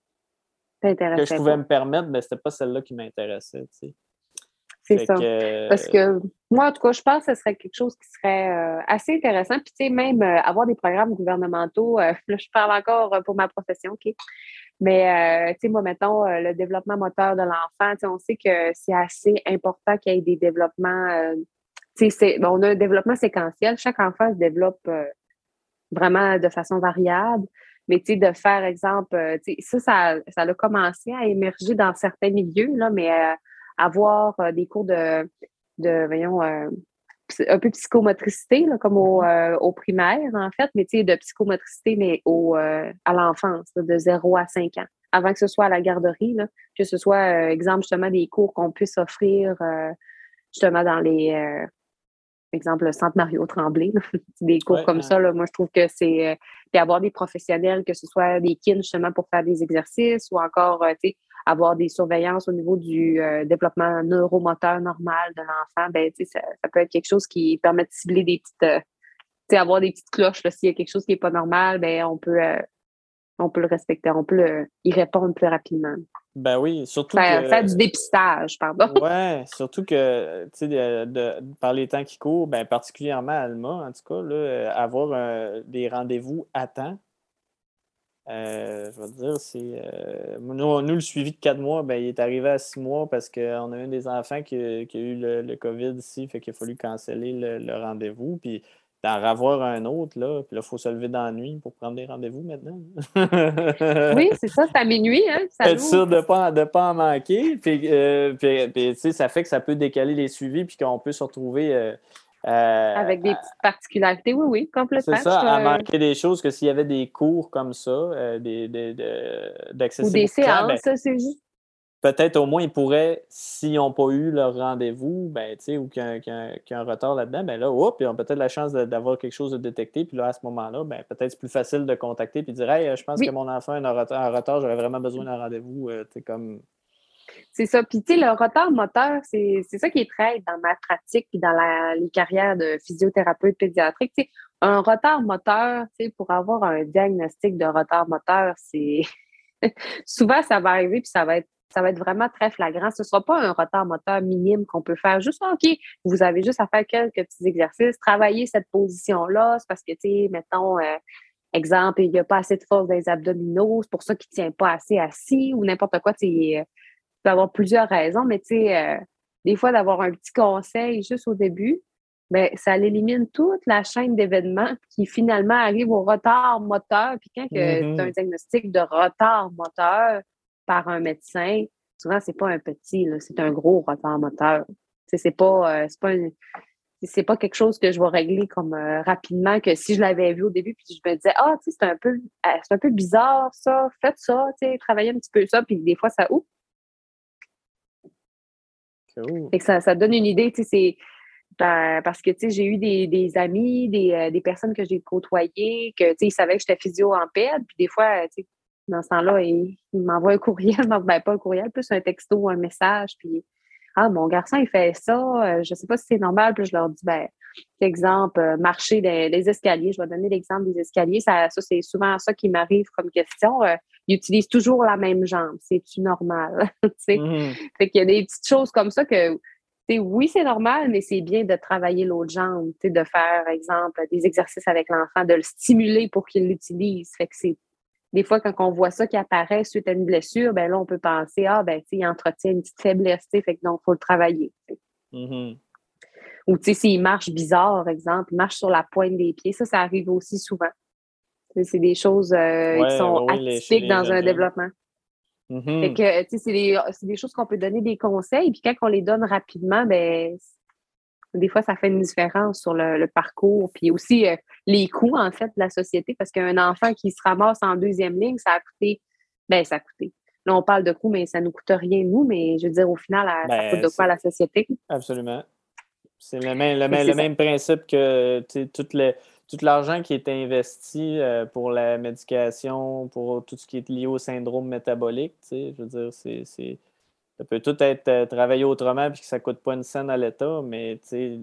que je T'intéressais pouvais pas. me permettre, ben, c'était pas celle-là qui m'intéressait, tu sais. C'est Fait ça. que, Parce euh, que moi, en tout cas, je pense que ce serait quelque chose qui serait euh, assez intéressant. Puis, tu sais, même euh, avoir des programmes gouvernementaux, euh, là, je parle encore euh, pour ma profession, OK? Mais, euh, tu sais, moi, mettons, euh, le développement moteur de l'enfant, tu sais, on sait que c'est assez important qu'il y ait des développements. Euh, tu sais, c'est- bon, on a un développement séquentiel. Chaque enfant se développe euh, vraiment de façon variable. Mais, tu sais, de faire, exemple, euh, tu sais, ça, ça, ça a commencé à émerger dans certains milieux, là, mais euh, avoir euh, des cours de, de voyons, euh, un peu psychomotricité, là, comme au, mhm. euh, au primaire, en fait, mais tu sais, de psychomotricité, mais au, euh, à l'enfance, là, de zéro à cinq ans, avant que ce soit à la garderie, là, que ce soit, euh, exemple, justement, des cours qu'on puisse offrir euh, justement dans les, euh, exemple, le centre Mario Tremblay, là, des cours Ouais, comme hein. ça, là, moi, je trouve que c'est, euh, puis avoir des professionnels, que ce soit des kins justement pour faire des exercices ou encore, euh, tu sais, avoir des surveillances au niveau du euh, développement neuromoteur normal de l'enfant, ben, tu sais, ça, ça peut être quelque chose qui permet de cibler des petites, euh, tu sais, avoir des petites cloches, là, s'il y a quelque chose qui est pas normal, ben, on peut, euh, on peut le respecter, on peut le- y répondre plus rapidement. Ben oui, surtout Faire, faire que, du dépistage, pardon. ouais, surtout que, tu sais, de, de- par les temps qui courent, ben particulièrement à Alma, en tout cas, là, euh, avoir euh, des rendez-vous à temps, euh, je vais te dire, c'est. euh, nous, nous, le suivi de quatre mois, ben, il est arrivé à six mois parce qu'on a un des enfants qui, a qui a eu le, le COVID ici, fait qu'il a fallu canceller le, le rendez-vous. Puis d'en revoir un autre, là. Puis là, il faut se lever dans la nuit pour prendre des rendez-vous maintenant. Oui, c'est ça, c'est à minuit, hein? Ça Être sûr de ne pas, de pas en manquer. Puis, euh, puis, puis, tu sais, ça fait que ça peut décaler les suivis, puis qu'on peut se retrouver. Euh, euh, Avec des petites particularités, oui, oui, c'est complètement. ça, à Je- manquer des choses que s'il y avait des cours comme ça, euh, des, des, de- Ou des d'accessible au plan, ben, séances, ça, c'est juste. peut-être au moins ils pourraient, s'ils n'ont pas eu leur rendez-vous, ben, tu sais, ou qu'il y a, qu'il y a un, qu'il y a un retard là-dedans, ben là, oups, ils ont peut-être la chance de- d'avoir quelque chose de détecté. Puis là, à ce moment-là, ben, peut-être c'est plus facile de contacter puis de dire Hey, je pense que Oui, mon enfant a un retard, un retard, j'aurais vraiment besoin d'un rendez-vous. Euh, tu sais, comme. c'est ça. Puis, tu sais, le retard moteur, c'est c'est ça qui est très dans ma pratique puis dans la, les carrières de physiothérapeute pédiatrique. Tu sais, un retard moteur, tu sais, pour avoir un diagnostic de retard moteur, c'est souvent, ça va arriver puis ça va être ça va être vraiment très flagrant. Ce ne sera pas un retard moteur minime qu'on peut faire. Juste, OK, vous avez juste à faire quelques petits exercices, travailler cette position-là. C'est parce que, tu sais, mettons, euh, exemple, il n'y a pas assez de force dans les abdominaux, c'est pour ça qu'il ne tient pas assez assis ou n'importe quoi. Tu sais, euh, il peut y avoir plusieurs raisons, mais tu sais, euh, des fois, d'avoir un petit conseil juste au début, ben, ça élimine toute la chaîne d'événements qui finalement arrivent au retard moteur. Puis quand tu as un Mhm. diagnostic de retard moteur par un médecin, souvent, c'est pas un petit, là, c'est un gros retard moteur. Tu sais, c'est pas, euh, c'est pas une- c'est pas quelque chose que je vais régler comme euh, rapidement que si je l'avais vu au début puis je me disais ah tu sais c'est un peu euh, c'est un peu bizarre ça, faites ça, tu sais, travaillez un petit peu ça puis des fois ça ouvre. Cool. Fait que ça, ça donne une idée, tu sais, c'est ben, parce que, tu sais, j'ai eu des, des amis, des, euh, des personnes que j'ai côtoyées, que, tu sais, ils savaient que j'étais physio en ped, puis des fois, tu sais, dans ce temps-là, ils, ils m'envoient un courriel, ben, pas un courriel, plus un texto ou un message, puis ah, mon garçon, il fait ça, euh, je sais pas si c'est normal, puis je leur dis, ben, exemple, euh, marcher les, les escaliers, je vais donner l'exemple des escaliers, ça, ça c'est souvent ça qui m'arrive comme question. Euh, ils utilisent toujours la même jambe, c'est-tu normal? Tu sais? Mhm. Fait qu'il y a des petites choses comme ça que T'sais, oui, c'est normal, mais c'est bien de travailler l'autre jambe, de faire, par exemple, des exercices avec l'enfant, de le stimuler pour qu'il l'utilise. Fait que c'est des fois, quand on voit ça qui apparaît suite à une blessure, ben là, on peut penser, ah, ben, tu sais, il entretient une petite faiblesse, t'sais, fait que donc, il faut le travailler. T'sais. Mhm. Ou, tu sais, s'il marche bizarre, par exemple, il marche sur la pointe des pieds, ça, ça arrive aussi souvent. T'sais, c'est des choses euh, qui Ouais, sont ouais, oui, les, chez atypiques les dans jeunes un gens. développement. Fait Mhm. que, tu sais, c'est des, c'est des choses qu'on peut donner des conseils, puis quand on les donne rapidement, ben, des fois, ça fait une différence sur le, le parcours, puis aussi euh, les coûts, en fait, de la société, parce qu'un enfant qui se ramasse en deuxième ligne, ça a coûté, ben ça a coûté. Là, on parle de coûts, mais ça ne nous coûte rien, nous, mais je veux dire, au final, ça coûte Ben, de quoi c'est à la société? absolument. C'est le même, le Fait que même, c'est le ça. même principe que tu sais, tout, le, tout l'argent qui est investi euh, pour la médication, pour tout ce qui est lié au syndrome métabolique. Tu sais, je veux dire, c'est, c'est, ça peut tout être euh, travaillé autrement puis que ça ne coûte pas une scène à l'État, mais tu sais,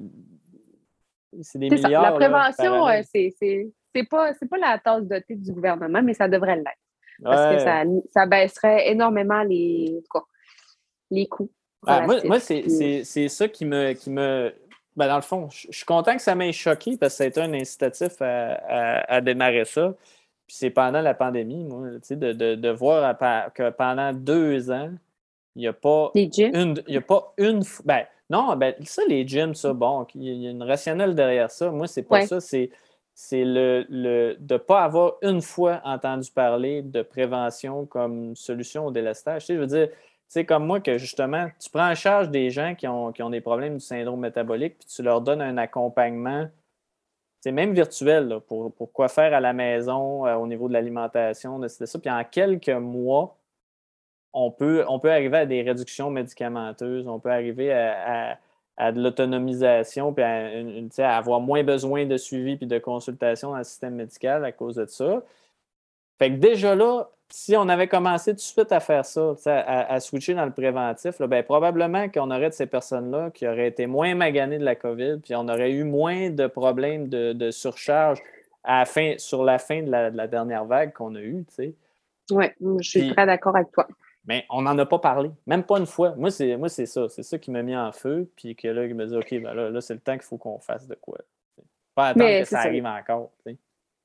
c'est des C'est ça. La milliards là, par prévention, euh, année. c'est, c'est, c'est pas, c'est pas la tasse de thé du gouvernement, mais ça devrait l'être. Parce que Ouais. ça, ça baisserait énormément les, en tout cas, les coûts Ah, moi, moi relatifs. c'est, Puis, c'est, c'est ça qui me, qui me. Ben, dans le fond, je je suis content que ça m'ait choqué parce que ça a été un incitatif à, à- à démarrer ça. Puis c'est pendant la pandémie, moi, tu sais, de, de, de voir à pa- que pendant deux ans, il n'y a pas les gyms, une. Il y a pas une. f- Ben, non, ben, ça, les gyms, ça, bon, il y a une rationnelle derrière ça. Moi, c'est pas ouais. ça. C'est, c'est le, le, de ne pas avoir une fois entendu parler de prévention comme solution au délestage. Tu sais, je veux dire, tu sais, comme moi, que justement, tu prends en charge des gens qui ont, qui ont des problèmes du syndrome métabolique, puis tu leur donnes un accompagnement, c'est même virtuel, là, pour, pour quoi faire à la maison, euh, au niveau de l'alimentation, de, de ça. Puis en quelques mois, on peut, on peut arriver à des réductions médicamenteuses, on peut arriver à, à- à de l'autonomisation, puis à, une- une- tu sais, à avoir moins besoin de suivi puis de consultation dans le système médical à cause de ça. Fait que déjà là, si on avait commencé tout de suite à faire ça, tu sais, à, à switcher dans le préventif, là, ben, probablement qu'on aurait de ces personnes-là qui auraient été moins maganées de la COVID, puis on aurait eu moins de problèmes de, de surcharge à la fin, sur la fin de la, de la dernière vague qu'on a eue. Tu sais. Oui, je suis Puis, très d'accord avec toi. mais on n'en a pas parlé, même pas une fois. Moi, c'est, moi, c'est ça. C'est ça qui m'a mis en feu, puis que là, il me dit OK, ben là, là c'est le temps qu'il faut qu'on fasse de quoi. Pas attendre Mais que c'est ça ça. arrive encore. Tu sais.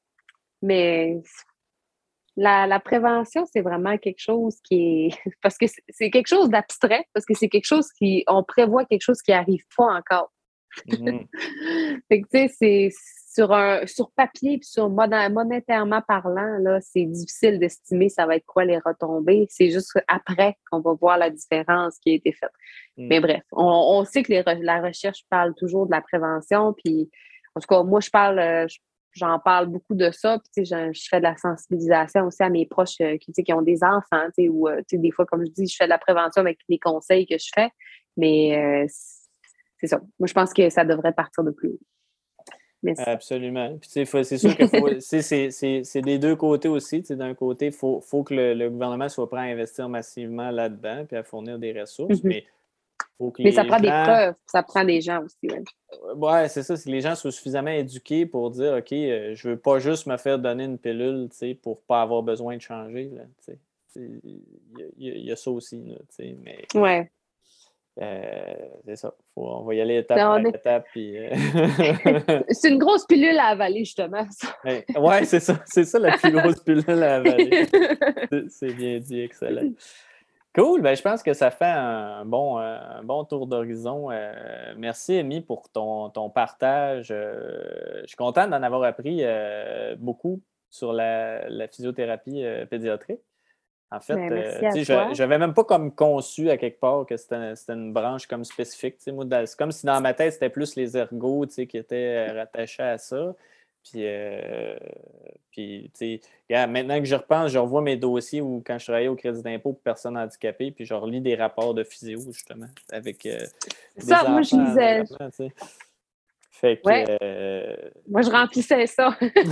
Mais la, la prévention, c'est vraiment quelque chose qui est. Parce que c'est c'est quelque chose d'abstrait, parce que c'est quelque chose qui. On prévoit quelque chose qui n'arrive pas encore. Mhm. Fait que, tu sais, c'est. sur un sur papier puis sur moda- monétairement parlant, là, c'est difficile d'estimer ça va être quoi les retombées. C'est juste après qu'on va voir la différence qui a été faite. Mm. Mais bref, on, on sait que les re- la recherche parle toujours de la prévention. Puis, en tout cas, moi, je parle, euh, je- j'en parle beaucoup de ça. Puis, tu sais, je, je fais de la sensibilisation aussi à mes proches euh, qui, tu sais, qui ont des enfants. Tu sais, ou, euh, tu sais, des fois, comme je dis, je fais de la prévention avec les conseils que je fais. Mais euh, c'est ça. Moi, je pense que ça devrait partir de plus haut. Merci. Absolument. Puis, tu sais, faut- c'est sûr qu'il faut. tu sais, c'est, c'est, c'est des deux côtés aussi. Tu sais, d'un côté, il faut, faut que le, le gouvernement soit prêt à investir massivement là-dedans puis à fournir des ressources, Mhm. mais il faut que Mais les ça prend des gens. preuves, ça prend des gens aussi. Ouais. Ouais, c'est ça, c'est que les gens soient suffisamment éduqués pour dire OK, euh, je veux pas juste me faire donner une pilule, tu sais, pour pas avoir besoin de changer. Là, tu sais. C'est- Il y, a- il y a- il y a ça aussi, là, tu sais, mais Ouais. euh, c'est ça. Faut, on va y aller étape Non, par on est- étape. Puis, euh, C'est une grosse pilule à avaler, justement, ça. mais, ouais, c'est ça. C'est ça la plus grosse pilule à avaler. C'est c'est bien dit, excellent. Cool, ben, je pense que ça fait un bon, un bon tour d'horizon. Euh, merci, Amy, pour ton, ton partage. Euh, je suis content d'en avoir appris euh, beaucoup sur la, la physiothérapie euh, pédiatrique. En fait, Ben, euh, merci à tu sais, toi. je n'avais même pas comme conçu à quelque part que c'était c'était une branche comme spécifique. Tu sais, moi, dans- c'est comme si dans ma tête, c'était plus les ergots, tu sais, qui étaient euh, rattachés à ça. Puis, euh, puis tu sais, regarde, maintenant que je repense, je revois mes dossiers où quand je travaillais au crédit d'impôt pour personnes handicapées, puis je relis des rapports de physio, justement, avec euh, des Ça, moi, je enfants en lisais. développement, tu sais. Fait que... Ouais, euh, moi, je remplissais ça.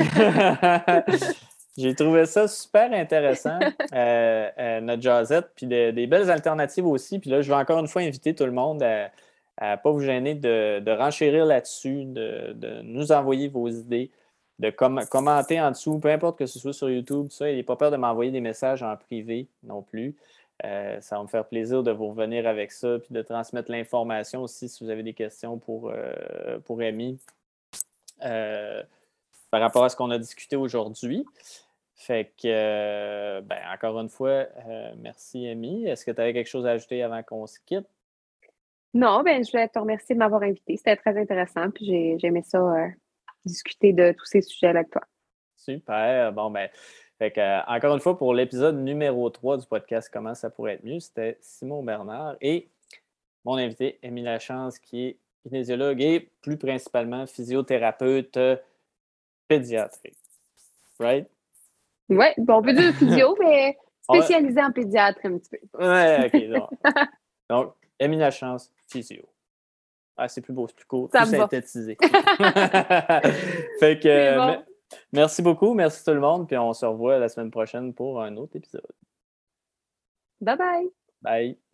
J'ai trouvé ça super intéressant, euh, euh, notre jasette, puis de- des belles alternatives aussi. Puis là, je vais encore une fois inviter tout le monde à ne pas vous gêner de, de renchérir là-dessus, de, de nous envoyer vos idées, de com- commenter en dessous, peu importe que ce soit sur YouTube, ça, n'ayez pas peur de m'envoyer des messages en privé non plus. Euh, ça va me faire plaisir de vous revenir avec ça, puis de transmettre l'information aussi si vous avez des questions pour, euh, pour Amy euh, par rapport à ce qu'on a discuté aujourd'hui. Fait que, euh, ben, encore une fois, euh, merci, Amy. Est-ce que tu avais quelque chose à ajouter avant qu'on se quitte? Non, ben, je voulais te remercier de m'avoir invité. C'était très intéressant. Puis j'ai j'ai aimé ça, euh, discuter de tous ces sujets avec toi. Super. Bon, ben, fait que, euh, encore une fois, pour l'épisode numéro trois du podcast Comment ça pourrait être mieux, c'était Simon Bernard et mon invité, Amy Lachance, qui est kinésiologue et plus principalement physiothérapeute pédiatrique. Right? Oui, bon, on peut dire physio, mais On va- spécialisé en pédiatrie un petit peu. Ouais, OK. Donc, donc Amy Lachance, physio. Ah, c'est plus beau, c'est plus court, Ça plus me va. synthétisé. Fait que, C'est euh, bon. me- merci beaucoup, merci tout le monde, puis on se revoit la semaine prochaine pour un autre épisode. Bye bye. Bye!